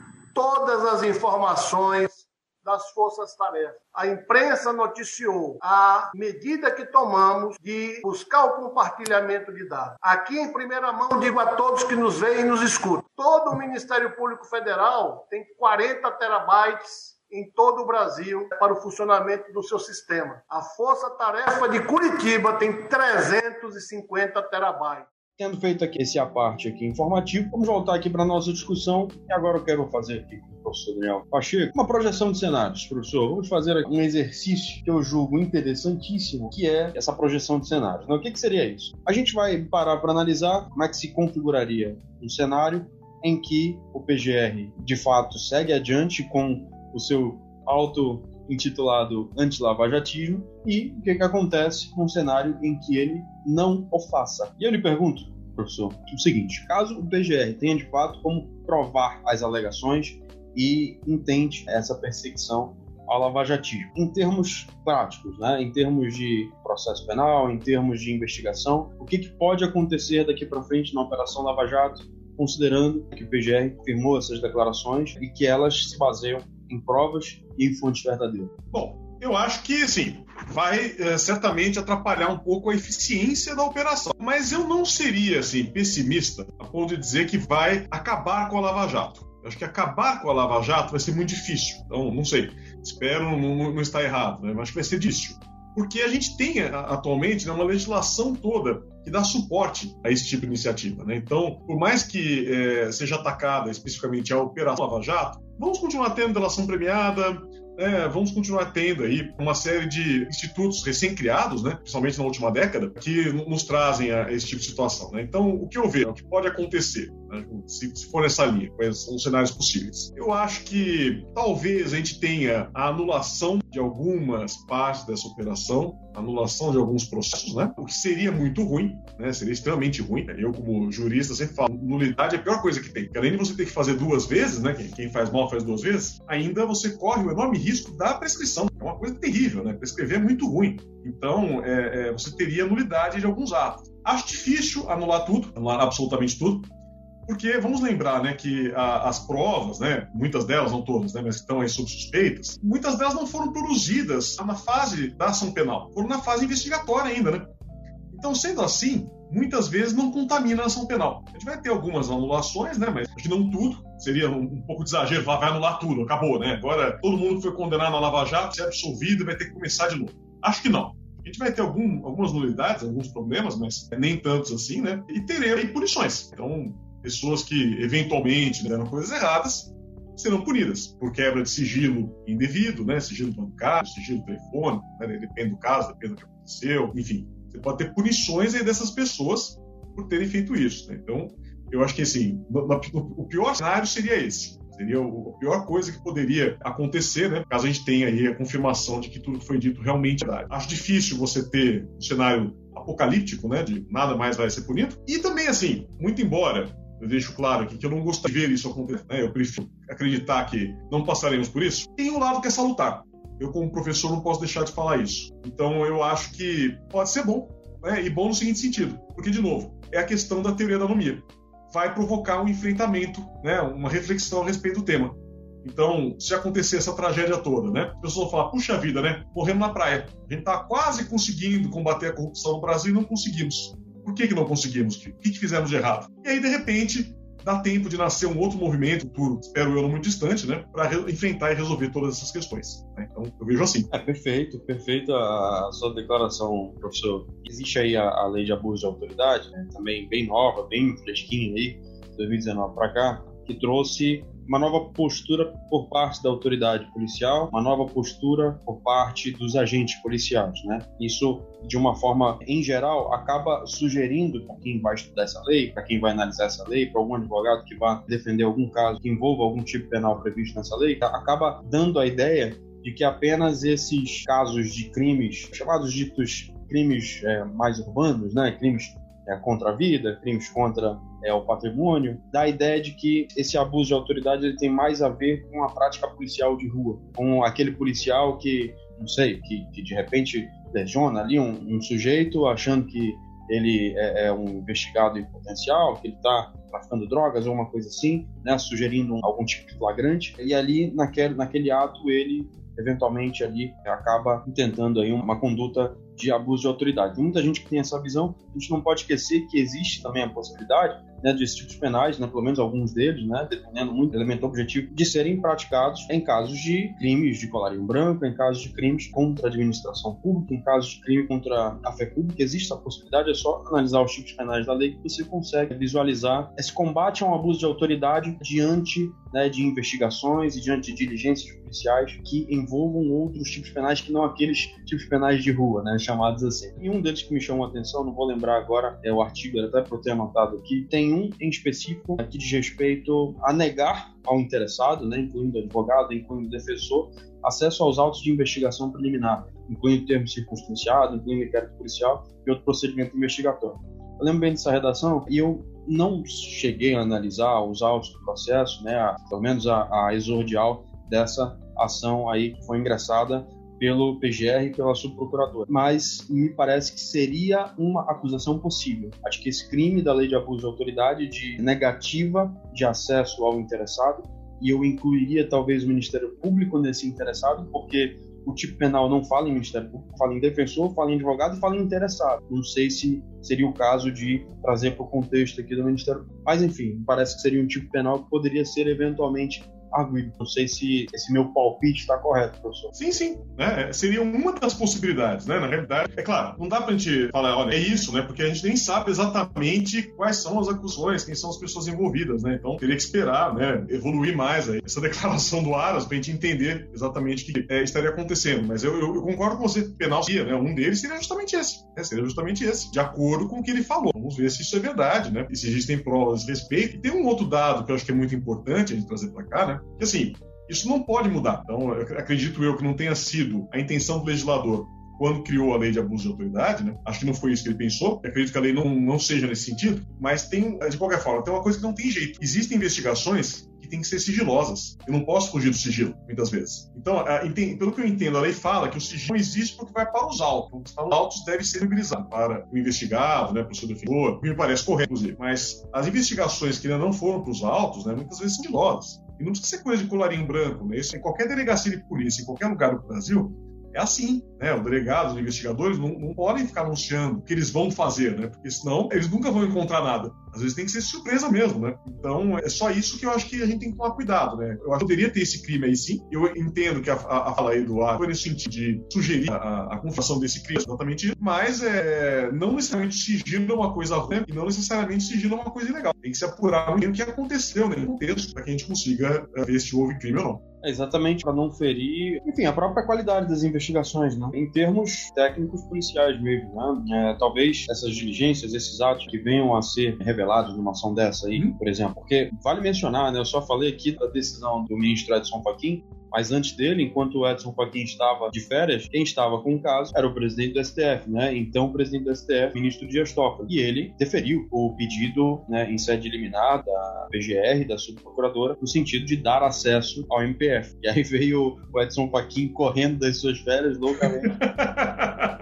I: todas as informações das forças-tarefas. A imprensa noticiou a medida que tomamos de buscar o compartilhamento de dados. Aqui, em primeira mão, digo a todos que nos veem e nos escutam, todo o Ministério Público Federal tem quarenta terabytes em todo o Brasil para o funcionamento do seu sistema. A Força-Tarefa de Curitiba tem trezentos e cinquenta terabytes.
G: Tendo feito aqui esse aparte aqui informativo, vamos voltar aqui para a nossa discussão. E agora eu quero fazer aqui com o professor Daniel Pacheco uma projeção de cenários, professor. Vamos fazer aqui um exercício que eu julgo interessantíssimo, que é essa projeção de cenários. Então, o que, que seria isso? A gente vai parar para analisar como é que se configuraria um cenário em que o P G R, de fato, segue adiante com o seu auto-intitulado antilavajatismo e o que, que acontece num cenário em que ele não o faça. E eu lhe pergunto, professor, o seguinte: caso o P G R tenha de fato como provar as alegações e intente essa perseguição ao lavajatismo, em termos práticos, né, em termos de processo penal, em termos de investigação, o que, que pode acontecer daqui para frente na Operação Lava Jato, considerando que o P G R firmou essas declarações e que elas se baseiam em provas e em fontes verdadeiras?
H: Bom, eu acho que, assim, vai é, certamente atrapalhar um pouco a eficiência da operação. Mas eu não seria, assim, pessimista a ponto de dizer que vai acabar com a Lava Jato. Eu acho que acabar com a Lava Jato vai ser muito difícil. Então, não sei. Espero não, não, não estar errado, né? Mas acho que vai ser difícil. Porque a gente tem atualmente, né, uma legislação toda que dá suporte a esse tipo de iniciativa, né? Então, por mais que é, seja atacada especificamente a Operação Lava Jato, vamos continuar tendo delação premiada, é, vamos continuar tendo aí uma série de institutos recém-criados, né, principalmente na última década, que nos trazem a esse tipo de situação, né? Então, o que eu vejo, o que pode acontecer, né, se, se for nessa linha, quais são os cenários possíveis? Eu acho que talvez a gente tenha a anulação de algumas partes dessa operação, anulação de alguns processos, né? O que seria muito ruim, né? Seria extremamente ruim. Eu, como jurista, sempre falo, nulidade é a pior coisa que tem. Porque além de você ter que fazer duas vezes, né? Quem, quem faz mal faz duas vezes, ainda você corre o enorme risco da prescrição. É uma coisa terrível, né? Prescrever é muito ruim. Então, é, é, você teria nulidade de alguns atos. Acho difícil anular tudo, anular absolutamente tudo. Porque vamos lembrar, né, que a, as provas, né, muitas delas, não todas, né, mas que estão aí sob suspeitas, muitas delas não foram produzidas na fase da ação penal, foram na fase investigatória ainda, né? Então, sendo assim, muitas vezes não contamina a ação penal. A gente vai ter algumas anulações, né, mas acho que não tudo. Seria um, um pouco de exagero, vai anular tudo, acabou, né? Agora todo mundo que foi condenado na Lava Jato, se é absolvido, vai ter que começar de novo. Acho que não. A gente vai ter algum, algumas nulidades, alguns problemas, mas nem tantos assim, né? E teremos punições. Então, pessoas que eventualmente deram coisas erradas serão punidas por quebra de sigilo indevido, né? Sigilo bancário, sigilo telefônico, né? Depende do caso, depende do que aconteceu, enfim. Você pode ter punições aí dessas pessoas por terem feito isso, né? Então, eu acho que assim, no, no, o pior cenário seria esse. Seria a pior coisa que poderia acontecer, né? Caso a gente tenha aí a confirmação de que tudo que foi dito realmente é verdade. Acho difícil você ter um cenário apocalíptico, né? De nada mais vai ser punido. E também, assim, muito embora eu deixo claro aqui que eu não gostaria de ver isso acontecer, né? Eu prefiro acreditar que não passaremos por isso. Tem um lado que é salutar. Eu, como professor, não posso deixar de falar isso. Então, eu acho que pode ser bom, né? E bom no seguinte sentido. Porque, de novo, é a questão da teoria da anomia. Vai provocar um enfrentamento, né, uma reflexão a respeito do tema. Então, se acontecer essa tragédia toda, né, as pessoas vão falar, puxa vida, né, morremos na praia. A gente está quase conseguindo combater a corrupção no Brasil e não conseguimos. Por que que não conseguimos? O que que fizemos de errado? E aí, de repente, dá tempo de nascer um outro movimento, futuro, espero eu, não muito distante, né, para enfrentar e resolver todas essas questões. Né? Então, eu vejo assim.
G: É perfeito, perfeita a sua declaração, professor. Existe aí a, a lei de abuso de autoridade, né, também bem nova, bem fresquinha aí, de dois mil e dezenove para cá, que trouxe uma nova postura por parte da autoridade policial, uma nova postura por parte dos agentes policiais, né? Isso, de uma forma, em geral, acaba sugerindo para quem vai estudar essa lei, para quem vai analisar essa lei, para algum advogado que vai defender algum caso que envolva algum tipo penal previsto nessa lei, acaba dando a ideia de que apenas esses casos de crimes, chamados ditos crimes é, mais urbanos, né? Crimes é, contra a vida, crimes contra é, o patrimônio, dá a ideia de que esse abuso de autoridade ele tem mais a ver com a prática policial de rua, com aquele policial que, não sei, que, que de repente lesiona ali um, um sujeito achando que ele é, é um investigado em potencial, que ele está traficando drogas ou uma coisa assim, né, sugerindo algum tipo de flagrante, e ali naquele, naquele ato ele eventualmente ali acaba intentando aí uma conduta de abuso de autoridade. Tem muita gente que tem essa visão, a gente não pode esquecer que existe também a possibilidade, né, desses tipos penais, né, pelo menos alguns deles, né, dependendo muito do elemento objetivo, de serem praticados em casos de crimes de colarinho branco, em casos de crimes contra a administração pública, em casos de crime contra a fé pública. Existe essa possibilidade, é só analisar os tipos penais da lei que você consegue visualizar esse combate a um abuso de autoridade diante, né, de investigações e diante de diligências policiais que envolvam outros tipos penais que não aqueles tipos penais de rua, né, chamados assim. E um deles que me chamou a atenção, não vou lembrar agora, é o artigo, até para eu ter anotado aqui, tem um em específico que diz respeito a negar ao interessado, né, incluindo advogado, incluindo defensor, acesso aos autos de investigação preliminar, incluindo termo circunstanciado, incluindo inquérito policial e outro procedimento investigatório. Eu lembro bem dessa redação e eu não cheguei a analisar os autos do processo, né, a, pelo menos a, a exordial dessa ação aí que foi ingressada pelo P G R e pela subprocuradora. Mas me parece que seria uma acusação possível. Acho que esse crime da lei de abuso de autoridade, de negativa de acesso ao interessado, e eu incluiria talvez o Ministério Público nesse interessado, porque o tipo penal não fala em Ministério Público, fala em defensor, fala em advogado e fala em interessado. Não sei se seria o caso de trazer para o contexto aqui do Ministério Público. Mas, enfim, parece que seria um tipo penal que poderia ser eventualmente arguido. Não sei se esse meu palpite está correto, professor.
H: Sim, sim. Né? Seria uma das possibilidades, né? Na realidade, é claro, não dá pra gente falar, olha, é isso, né? Porque a gente nem sabe exatamente quais são as acusações, quem são as pessoas envolvidas, né? Então, teria que esperar, né? Evoluir mais aí essa declaração do Aras pra gente entender exatamente o que é, estaria acontecendo. Mas eu, eu, eu concordo com você, penal seria, né? Um deles seria justamente esse, né? Seria justamente esse, de acordo com o que ele falou. Vamos ver se isso é verdade, né? E se existem provas a respeito. E tem um outro dado que eu acho que é muito importante a gente trazer pra cá, né? Que assim, isso não pode mudar. Então, eu acredito eu que não tenha sido a intenção do legislador quando criou a lei de abuso de autoridade, né? Acho que não foi isso que ele pensou. Eu acredito que a lei não, não seja nesse sentido, mas tem, de qualquer forma, tem uma coisa que não tem jeito. Existem investigações que têm que ser sigilosas. Eu não posso fugir do sigilo, muitas vezes. Então, a, entendo, pelo que eu entendo, a lei fala que o sigilo não existe porque vai para os autos. Os autos devem ser mobilizados para o investigado, né, para o seu defensor, o que me parece correto, inclusive. Mas as investigações que ainda não foram para os autos, né, muitas vezes são sigilosas. E não precisa ser coisa de colarinho branco, né? Isso em qualquer delegacia de polícia, em qualquer lugar do Brasil, é assim, né? O delegado, os investigadores não, não podem ficar anunciando o que eles vão fazer, né? Porque senão eles nunca vão encontrar nada. Às vezes tem que ser surpresa mesmo, né? Então, é só isso que eu acho que a gente tem que tomar cuidado, né? Eu acho que poderia ter esse crime aí, sim. Eu entendo que a, a, a fala aí do Ar foi nesse sentido de sugerir a, a confirmação desse crime, exatamente isso. Mas é, não necessariamente sigilo é uma coisa ruim e não necessariamente sigilo é uma coisa ilegal. Tem que se apurar o que aconteceu, né? No contexto, para que a gente consiga ver se houve crime ou não.
G: É exatamente, para não ferir, enfim, a própria qualidade das investigações, né? Em termos técnicos policiais mesmo, né? É, talvez essas diligências, esses atos que venham a ser revelados numa ação dessa aí, por exemplo, porque vale mencionar, né? Eu só falei aqui da decisão do ministro Edson Fachin, mas antes dele, enquanto o Edson Fachin estava de férias, quem estava com o caso era o presidente do S T F, né? Então, o presidente do S T F, ministro Dias Toffoli, e ele deferiu o pedido, né, em sede liminar da P G R, da subprocuradora, no sentido de dar acesso ao M P F. E aí veio o Edson Fachin correndo das suas férias loucamente. Pois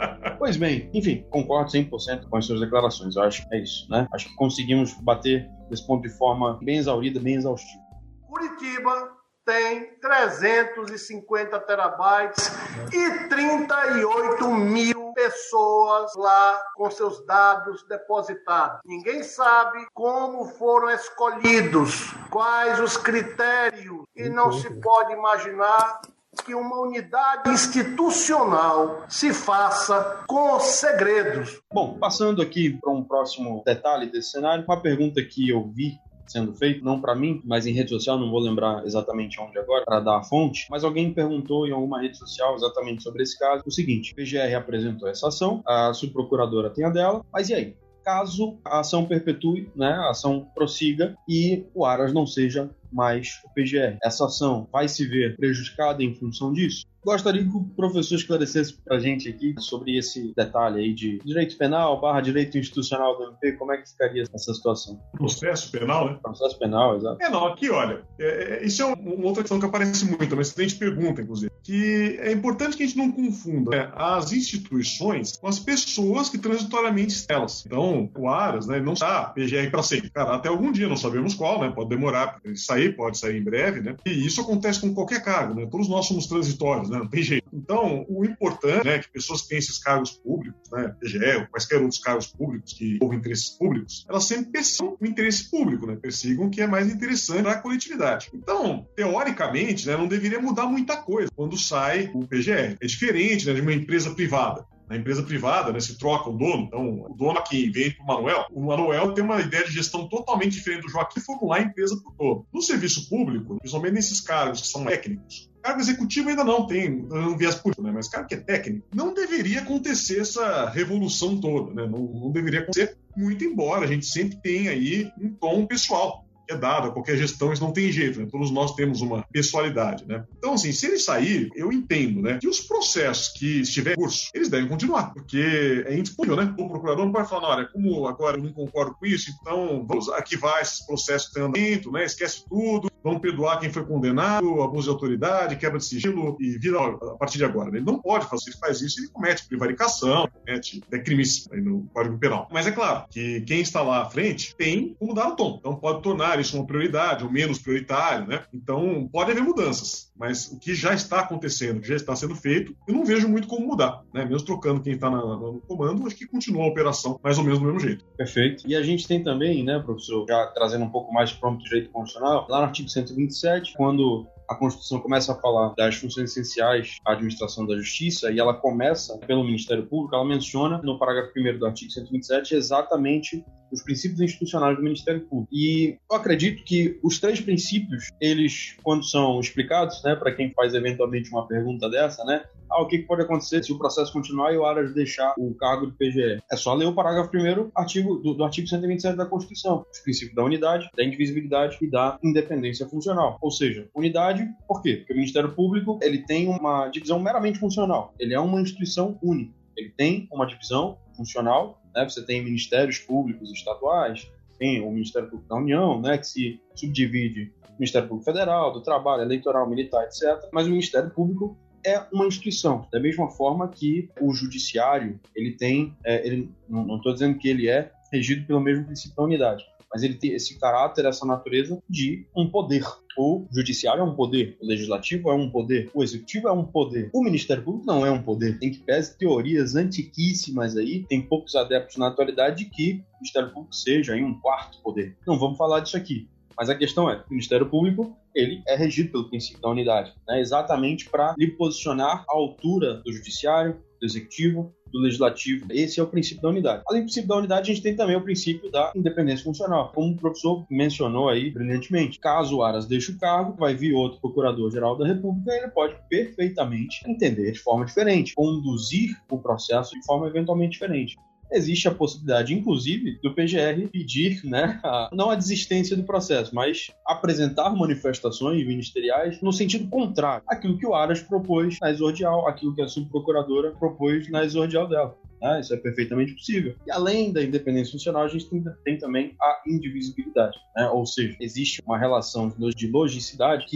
G: Pois bem, enfim, concordo cem por cento com as suas declarações. Eu acho que é isso, né? Acho que conseguimos bater esse ponto de forma bem exaurida, bem exaustiva.
I: Curitiba tem trezentos e cinquenta terabytes e trinta e oito mil pessoas lá com seus dados depositados. Ninguém sabe como foram escolhidos, quais os critérios, e não se pode imaginar que uma unidade institucional se faça com segredos.
G: Bom, passando aqui para um próximo detalhe desse cenário, uma pergunta que eu vi sendo feito, não para mim, mas em rede social, não vou lembrar exatamente onde agora, para dar a fonte, mas alguém me perguntou em alguma rede social exatamente sobre esse caso, o seguinte: o P G R apresentou essa ação, a subprocuradora tem a dela, mas e aí? Caso a ação perpetue, né, a ação prossiga e o Aras não seja mais o P G R, essa ação vai se ver prejudicada em função disso? Gostaria que o professor esclarecesse para a gente aqui sobre esse detalhe aí de direito penal barra direito institucional do M P, como é que ficaria essa situação?
H: Processo penal, né?
G: Processo penal, exato.
H: É, não, aqui, olha, é, isso é um, uma outra questão que aparece muito, mas a gente pergunta, inclusive, que é importante que a gente não confunda, né, as instituições com as pessoas que transitoriamente estão elas. Então, o Aras, né, não está P G R para sempre. Cara, até algum dia, não sabemos qual, né? Pode demorar para ele sair, pode sair em breve, né? E isso acontece com qualquer cargo, né? Todos nós somos transitórios, né? Não tem jeito. Então, o importante é, né, que pessoas que têm esses cargos públicos, né, P G E ou quaisquer outros cargos públicos que envolvem interesses públicos, elas sempre persigam o interesse público, né, persigam o que é mais interessante para a coletividade. Então, teoricamente, né, não deveria mudar muita coisa quando sai o P G R. É diferente, né, de uma empresa privada. Na empresa privada, né, se troca o dono, então o dono aqui vem para o Manuel, o Manuel tem uma ideia de gestão totalmente diferente do Joaquim, formular a empresa para o todo. No serviço público, principalmente nesses cargos que são técnicos, cargo executivo ainda não tem um viés político, né? Mas cargo que é técnico, não deveria acontecer essa revolução toda, né? Não, não deveria acontecer, muito embora a gente sempre tenha aí um tom pessoal que é dado a qualquer gestão, isso não tem jeito, né? Todos nós temos uma pessoalidade, né? Então, assim, se ele sair, eu entendo, né, que os processos que estiver em curso, eles devem continuar, porque é indisponível, né? O procurador não pode falar, não, olha, como agora eu não concordo com isso, então vamos arquivar esses processos em andamento, né? Esquece tudo, vamos perdoar quem foi condenado, abuso de autoridade, quebra de sigilo e vira a partir de agora. Ele não pode fazer, se ele faz isso, ele comete prevaricação, comete é crime aí no Código Penal. Mas é claro que quem está lá à frente tem como dar o tom, então pode tornar isso uma prioridade ou menos prioritário, né? Então pode haver mudanças, mas o que já está acontecendo, o que já está sendo feito, eu não vejo muito como mudar, né? Mesmo trocando quem está no comando, acho que continua a operação mais ou menos do mesmo jeito.
G: Perfeito. E a gente tem também, né, professor, já trazendo um pouco mais para o direito constitucional, lá no artigo cento e vinte e sete, quando a Constituição começa a falar das funções essenciais à administração da justiça e ela começa pelo Ministério Público, ela menciona no parágrafo primeiro do artigo cento e vinte e sete exatamente os princípios institucionais do Ministério Público. E eu acredito que os três princípios, eles, quando são explicados, né, para quem faz eventualmente uma pergunta dessa, né, ah, o que pode acontecer se o processo continuar e o Aras deixar o cargo do P G R? É só ler o parágrafo primeiro artigo, do, do artigo cento e vinte e sete da Constituição, os princípios da unidade, da indivisibilidade e da independência funcional. Ou seja, unidade, por quê? Porque o Ministério Público, ele tem uma divisão meramente funcional. Ele é uma instituição única. Ele tem uma divisão funcional, né? Você tem ministérios públicos estaduais, tem o Ministério Público da União, né, que se subdivide no Ministério Público Federal, do Trabalho, Eleitoral, Militar, etcétera. Mas o Ministério Público é uma instituição, da mesma forma que o Judiciário, ele tem, é, ele, não estou dizendo que ele é regido pelo mesmo princípio da unidade, mas ele tem esse caráter, essa natureza de um poder. O judiciário é um poder, o legislativo é um poder, o executivo é um poder, o Ministério Público não é um poder. Tem que pese teorias antiquíssimas aí, tem poucos adeptos na atualidade de que o Ministério Público seja aí um quarto poder. Não vamos falar disso aqui. Mas a questão é, o Ministério Público, ele é regido pelo princípio da unidade, né? Exatamente para lhe posicionar à altura do judiciário, do executivo, do legislativo. Esse é o princípio da unidade. Além do princípio da unidade, a gente tem também o princípio da independência funcional, como o professor mencionou aí brilhantemente. Caso o Aras deixe o cargo, vai vir outro procurador-geral da República e ele pode perfeitamente entender de forma diferente, conduzir o processo de forma eventualmente diferente. Existe a possibilidade, inclusive, do P G R pedir, né, a, não a desistência do processo, mas apresentar manifestações ministeriais no sentido contrário àquilo que o Aras propôs na exordial, aquilo que a subprocuradora propôs na exordial dela. Né? Isso é perfeitamente possível. E além da independência funcional, a gente tem, tem também a indivisibilidade. Né? Ou seja, existe uma relação de logicidade que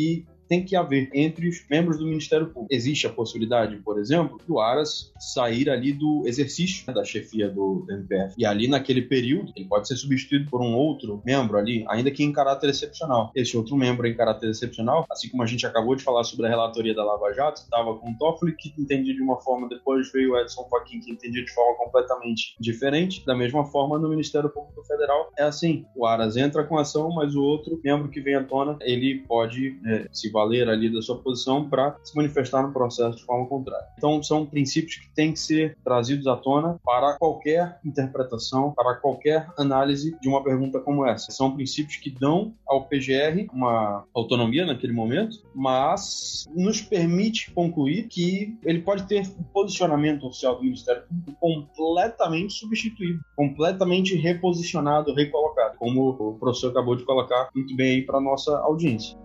G: tem que haver entre os membros do Ministério Público. Existe a possibilidade, por exemplo, do Aras sair ali do exercício, né, da chefia do, do M P F. E ali, naquele período, ele pode ser substituído por um outro membro ali, ainda que em caráter excepcional. Esse outro membro em caráter excepcional, assim como a gente acabou de falar sobre a relatoria da Lava Jato, estava com o Toffoli, que entendia de uma forma, depois veio o Edson Fachin, que entendia de forma completamente diferente. Da mesma forma, no Ministério Público Federal, é assim, o Aras entra com a ação, mas o outro membro que vem à tona, ele pode é, se valer ali da sua posição para se manifestar no processo de forma contrária. Então, são princípios que têm que ser trazidos à tona para qualquer interpretação, para qualquer análise de uma pergunta como essa. São princípios que dão ao P G R uma autonomia naquele momento, mas nos permite concluir que ele pode ter o posicionamento oficial do Ministério Público completamente substituído, completamente reposicionado, recolocado, como o professor acabou de colocar muito bem aí para a nossa audiência.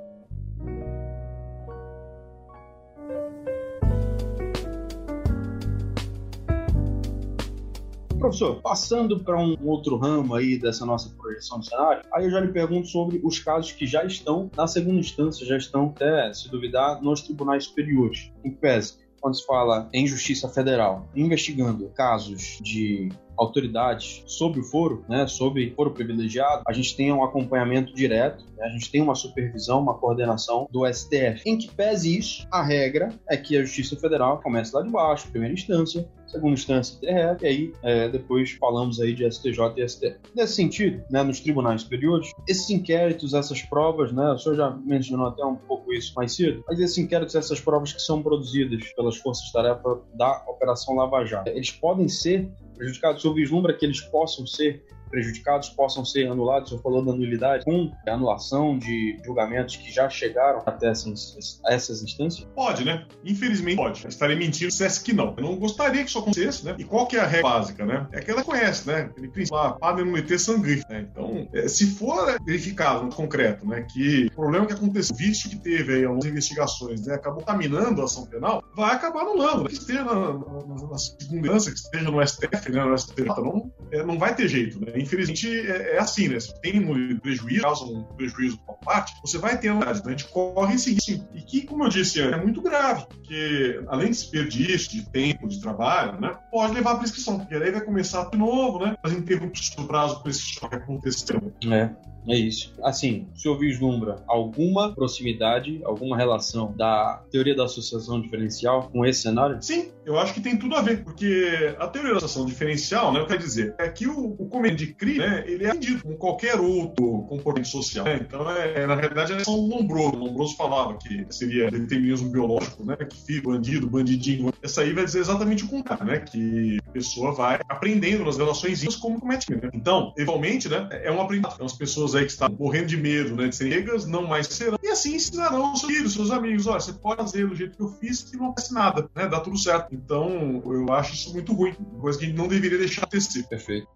G: Professor, passando para um outro ramo aí dessa nossa projeção de cenário, aí eu já lhe pergunto sobre os casos que já estão na segunda instância, já estão, até se duvidar, nos tribunais superiores. Em que pese, quando se fala em Justiça Federal, investigando casos de autoridades sobre o foro, né, sobre foro privilegiado, a gente tem um acompanhamento direto, né, a gente tem uma supervisão, uma coordenação do S T F. Em que pese isso, a regra é que a Justiça Federal comece lá de baixo, primeira instância, segunda instância, T R F, e aí é, depois falamos aí de S T J e S T F. Nesse sentido, né, nos tribunais superiores, esses inquéritos, essas provas, né, o senhor já mencionou até um pouco isso mais cedo, mas esses inquéritos, essas provas que são produzidas pelas forças-tarefa da Operação Lava Jato, eles podem ser prejudicados? O senhor vislumbra que eles possam ser prejudicados, possam ser anulados? O senhor falou da nulidade, com a anulação de julgamentos que já chegaram até essas, essas instâncias?
H: Pode, né? Infelizmente pode. Eu estaria mentindo se dissesse que não. Eu não gostaria que isso acontecesse, né? E qual que é a regra básica, né? É que ela conhece, né? Aquele princípio lá, para não meter sangue, né? Então, é, se for verificado no concreto, né, que o problema que aconteceu, visto que teve aí algumas investigações, né, acabou contaminando a ação penal, vai acabar anulando, né? Que esteja na, na, na segunda instância, que esteja no S T F, né, no S T J, não, é, não vai ter jeito, né? Infelizmente é, é assim, né? Se tem um prejuízo, causa um prejuízo por parte, você vai ter anulidade. Então a gente corre esse risco. E que, como eu disse, é muito grave, porque além de desperdício de tempo, de trabalho, né, pode levar à prescrição, porque aí vai começar de novo, né? As interrupções do prazo prescrição que aconteceu.
G: É. É isso. Assim, o senhor vislumbra alguma proximidade, alguma relação da teoria da associação diferencial com esse cenário?
H: Sim, eu acho que tem tudo a ver, porque a teoria da associação diferencial, né, quer dizer, é que o, o cometido de crime, né, ele é atendido como qualquer outro comportamento social, né? Então, é, na realidade, é só um Lombroso. Lombroso falava que seria determinismo biológico, né, que filho, bandido, bandidinho. Essa aí vai dizer exatamente o contrário, né, que a pessoa vai aprendendo nas relações íntimas como comete crime. Né? Então, eventualmente, né, é um aprendizado. Então, as pessoas aí que estão morrendo de medo, né, de serem negras, não mais serão. E assim ensinarão os seus filhos, seus amigos. Olha, você pode fazer do jeito que eu fiz que não acontece nada, né? Dá tudo certo. Então, eu acho isso muito ruim. Coisa que a gente não deveria deixar acontecer.
G: Perfeito.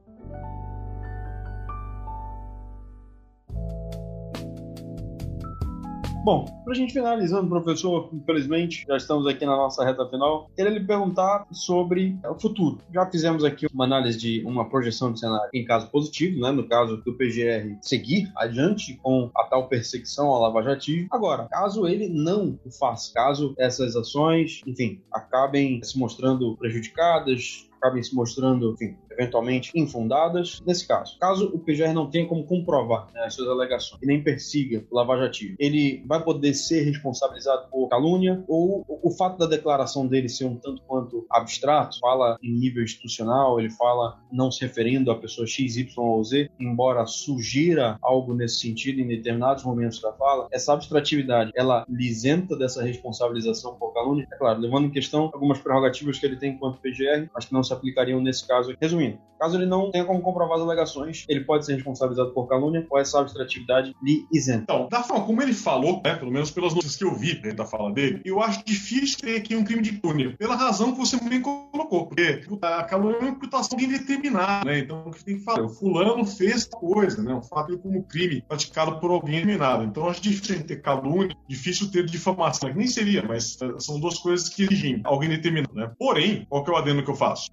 G: Bom, para a gente finalizando, professor, infelizmente já estamos aqui na nossa reta final, queria lhe perguntar sobre o futuro. Já fizemos aqui uma análise de uma projeção de cenário em caso positivo, né, no caso do P G R seguir adiante com a tal perseguição ao lavajatismo. Agora, caso ele não o faça, caso essas ações, enfim, acabem se mostrando prejudicadas, acabem se mostrando, enfim, eventualmente infundadas, nesse caso. Caso o P G R não tenha como comprovar, né, as suas alegações e nem persiga o lavajatismo, ele vai poder ser responsabilizado por calúnia, ou o fato da declaração dele ser um tanto quanto abstrato, fala em nível institucional, ele fala não se referindo a pessoa X, Y ou Z, embora sugira algo nesse sentido em determinados momentos da fala, essa abstratividade, ela lhe isenta dessa responsabilização por calúnia, é claro, levando em questão algumas prerrogativas que ele tem enquanto P G R, mas que não se aplicariam nesse caso. Resumindo, caso ele não tenha como comprovar as alegações, ele pode ser responsabilizado por calúnia ou essa abstratividade lhe isenta.
H: Então, da forma como ele falou, né, pelo menos pelas notícias que eu vi da fala dele, eu acho difícil ter aqui um crime de calúnia, pela razão que você bem colocou, porque a calúnia é uma imputação indeterminada, né? Então o que tem que falar, o fulano fez coisa, né? O fato de como crime praticado por alguém determinado. Então eu acho difícil ter calúnia, difícil ter difamação, que nem seria, mas são duas coisas que exigem alguém determinado, né? Porém, qual que é o adendo que eu faço? A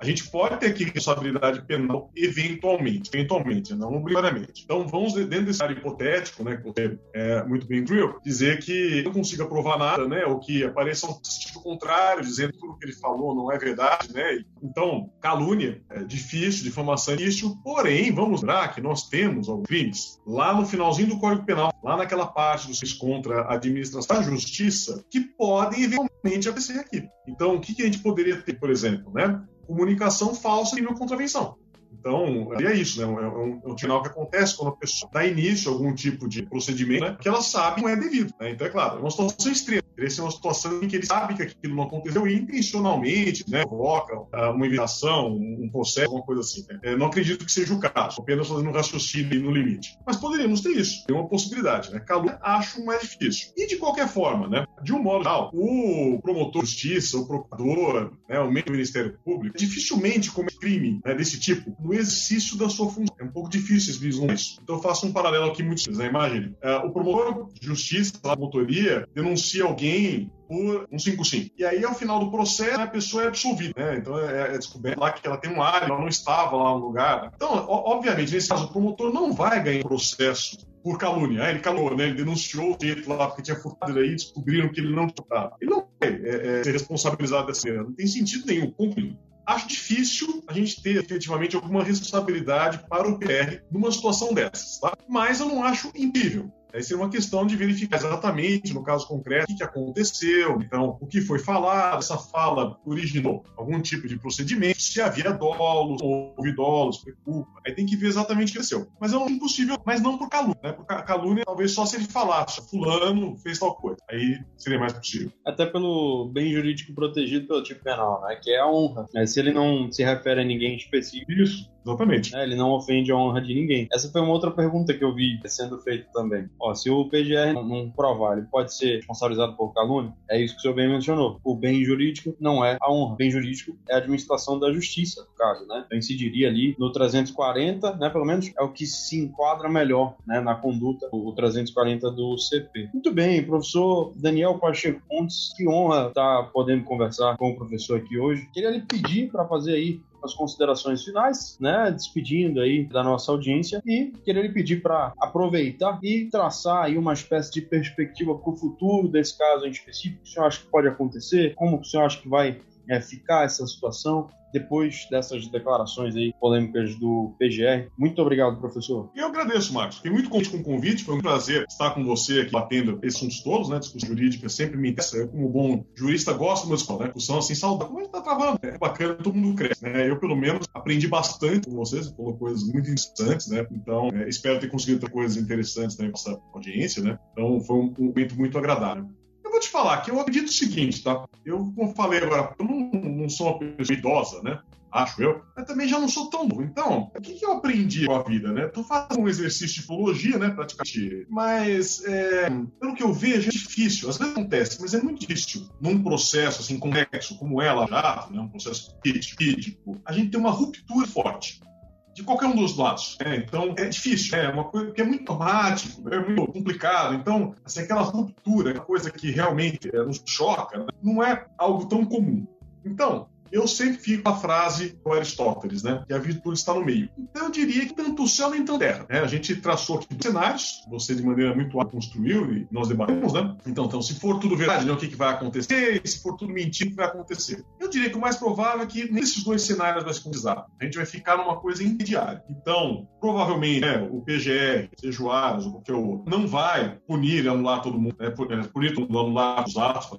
H: gente pode ter aqui responsabilidade penal eventualmente, eventualmente, não obrigatoriamente. Então, vamos, dentro desse cenário hipotético, né, que você é muito bem incrível, dizer que não consiga provar nada, né, ou que apareça um sentido contrário, dizendo que tudo que ele falou não é verdade, né. Então, calúnia é difícil, difamação é difícil, porém, vamos lembrar que nós temos alguns crimes lá no finalzinho do Código Penal, lá naquela parte dos crimes contra a administração da justiça, que podem eventualmente acontecer aqui. Então, o que, que a gente poderia ter, por exemplo, né? Comunicação falsa e não contravenção. Então, é isso, né? É um, é um sinal que acontece quando a pessoa dá início a algum tipo de procedimento, né, que ela sabe que não é devido, né? Então, é claro, é uma situação extrema. Essa é uma situação em que ele sabe que aquilo não aconteceu e intencionalmente, né, provoca uh, uma invitação, um processo, alguma coisa assim. Né? Eu não acredito que seja o caso, apenas fazendo um raciocínio no limite. Mas poderíamos ter isso, tem uma possibilidade, né? Calúnia acho mais difícil. E de qualquer forma, né, de um modo geral, o promotor de justiça, o procurador, né, o membro do Ministério Público, dificilmente comete crime, né, desse tipo no exercício da sua função. É um pouco difícil esse vislumbrar isso. Então eu faço um paralelo aqui muito simples, né? Imagine, uh, o promotor de justiça, a promotoria, denuncia alguém por um cinco cinco. E aí, ao final do processo, a pessoa é absolvida, né? Então, é, é descoberto lá que ela tem um área, ela não estava lá no lugar. Então, obviamente, nesse caso, o promotor não vai ganhar processo por calúnia. Ah, ele calou, né? Ele denunciou o jeito lá porque tinha furtado, e aí descobriram que ele não tinha. Ele não vai é, é, ser responsabilizado dessa maneira. Não tem sentido nenhum. Concluindo. Acho difícil a gente ter efetivamente alguma responsabilidade para o P R numa situação dessas, tá? Mas eu não acho impossível. Aí seria uma questão de verificar exatamente, no caso concreto, o que aconteceu, então, o que foi falado, essa fala originou algum tipo de procedimento, se havia dolos, ou houve dolos, foi culpa. Aí tem que ver exatamente o que aconteceu. Mas é impossível, mas não por calúnia, né? Por calúnia, talvez só se ele falasse, fulano fez tal coisa. Aí seria mais possível.
G: Até pelo bem jurídico protegido pelo tipo penal, né? Que é a honra. Né? Se ele não se refere a ninguém específico.
H: Isso, exatamente.
G: Né? Ele não ofende a honra de ninguém. Essa foi uma outra pergunta que eu vi sendo feita também. Ó, se o P G R não provar, ele pode ser responsabilizado por calúnia? É isso que o senhor bem mencionou. O bem jurídico não é a honra. O bem jurídico é a administração da justiça, no caso, né? Então incidiria ali no trezentos e quarenta, né? Pelo menos é o que se enquadra melhor, né? Na conduta, o trezentos e quarenta do C P. Muito bem, professor Daniel Pacheco Pontes, que honra estar podendo conversar com o professor aqui hoje. Queria lhe pedir para fazer aí as considerações finais, né, despedindo aí da nossa audiência e queria lhe pedir para aproveitar e traçar aí uma espécie de perspectiva para o futuro desse caso em específico. O que o senhor acha que pode acontecer? Como o senhor acha que vai é, ficar essa situação depois dessas declarações aí polêmicas do P G R? Muito obrigado, professor.
H: Eu agradeço, Marcos. Fiquei muito contente com o convite. Foi um prazer estar com você aqui batendo esses assuntos todos, né? Discussão jurídica sempre me interessa. Eu, como bom jurista, gosto de uma discussão, né? Discussão assim, saudável. Como a gente tá travando? É bacana, todo mundo cresce, né? Eu, pelo menos, aprendi bastante com você. Você falou coisas muito interessantes, né? Então, é, espero ter conseguido ter coisas interessantes também para essa audiência, né? Então, foi um, um momento muito agradável. Eu vou te falar que eu acredito o seguinte, tá? Eu, como falei agora, eu não, não sou uma pessoa idosa, né? Acho eu, mas também já não sou tão novo. Então, o que, que eu aprendi com a vida, né? Tô fazendo um exercício de psicologia, né? Praticamente. Mas, é, pelo que eu vejo, é difícil. Às vezes acontece, mas é muito difícil. Num processo, assim, complexo, como ela já, né? Um processo crítico, a gente tem uma ruptura forte. De qualquer um dos lados. É, então, é difícil. É uma coisa que é muito traumático, é muito complicado. Então, assim, aquela ruptura, aquela coisa que realmente é, nos choca, né? Não é algo tão comum. Então, eu sempre fico com a frase do Aristóteles, né? Que a virtude está no meio. Então, eu diria que tanto o céu nem tanto a terra. Né? A gente traçou aqui dois cenários, você de maneira muito hábil construiu e nós debatemos, né? Então, então, se for tudo verdade, né, o que, que vai acontecer? E se for tudo mentira, o que vai acontecer? Eu diria que o mais provável é que nesses dois cenários vai se concretizar. A gente vai ficar numa coisa intermediária. Então, provavelmente, né, o P G R, seja o Aras ou qualquer outro, não vai punir e anular todo mundo, né? Punir todo mundo, anular os atos.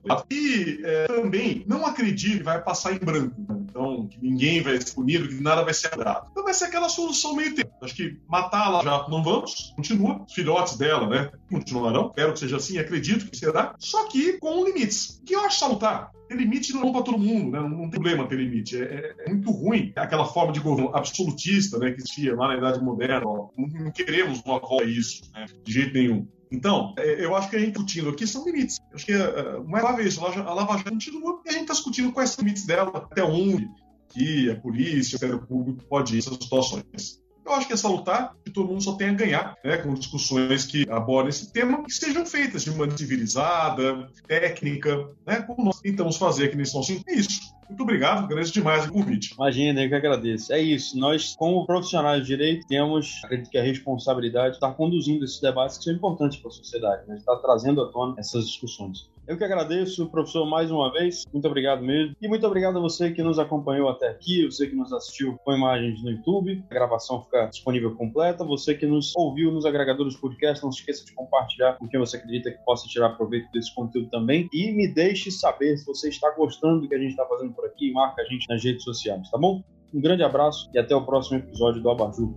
H: E é, também não acredito que vai passar em branco. Então, que ninguém vai ser punido, que nada vai ser dado. Então vai ser aquela solução meio tempo. Acho que matar lá já não vamos, continua. Os filhotes dela, né, continuarão. Espero que seja assim, acredito que será. Só que com limites. O que eu acho salutar? Ter limite não é bom para todo mundo, né? Não, não tem problema ter limite. É, é, é muito ruim aquela forma de governo absolutista, né, que existia lá na Idade Moderna. Ó. Não, não queremos uma volta a isso, né, de jeito nenhum. Então, eu acho que a gente está discutindo aqui são limites. Eu acho que o mais grave é isso. A Lava Jato continua e a gente está discutindo quais são os limites dela, até onde que a polícia, o Ministério Público pode ir nessas situações. Eu acho que é salutar, que todo mundo só tem a ganhar, né, com discussões que abordem esse tema, que sejam feitas de maneira civilizada, técnica, né, como nós tentamos fazer aqui nesse nosso. É isso. Muito obrigado, agradeço demais o convite.
G: Imagina, eu que agradeço. É isso, nós, como profissionais de direito, temos, acredito que a responsabilidade de estar conduzindo esses debates que são importantes para a sociedade, né? Estar trazendo à tona essas discussões. Eu que agradeço, professor, mais uma vez. Muito obrigado mesmo. E muito obrigado a você que nos acompanhou até aqui, você que nos assistiu com imagens no YouTube. A gravação fica disponível completa. Você que nos ouviu nos agregadores de podcast, não se esqueça de compartilhar com quem você acredita que possa tirar proveito desse conteúdo também. E me deixe saber se você está gostando do que a gente está fazendo por aqui. Marca a gente nas redes sociais, tá bom? Um grande abraço e até o próximo episódio do Abajur.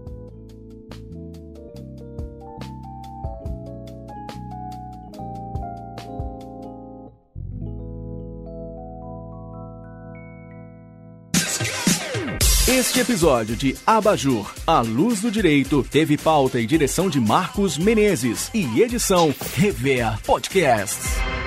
F: Este episódio de Abajur, A Luz do Direito, teve pauta e direção de Marcos Menezes e edição Revea Podcasts.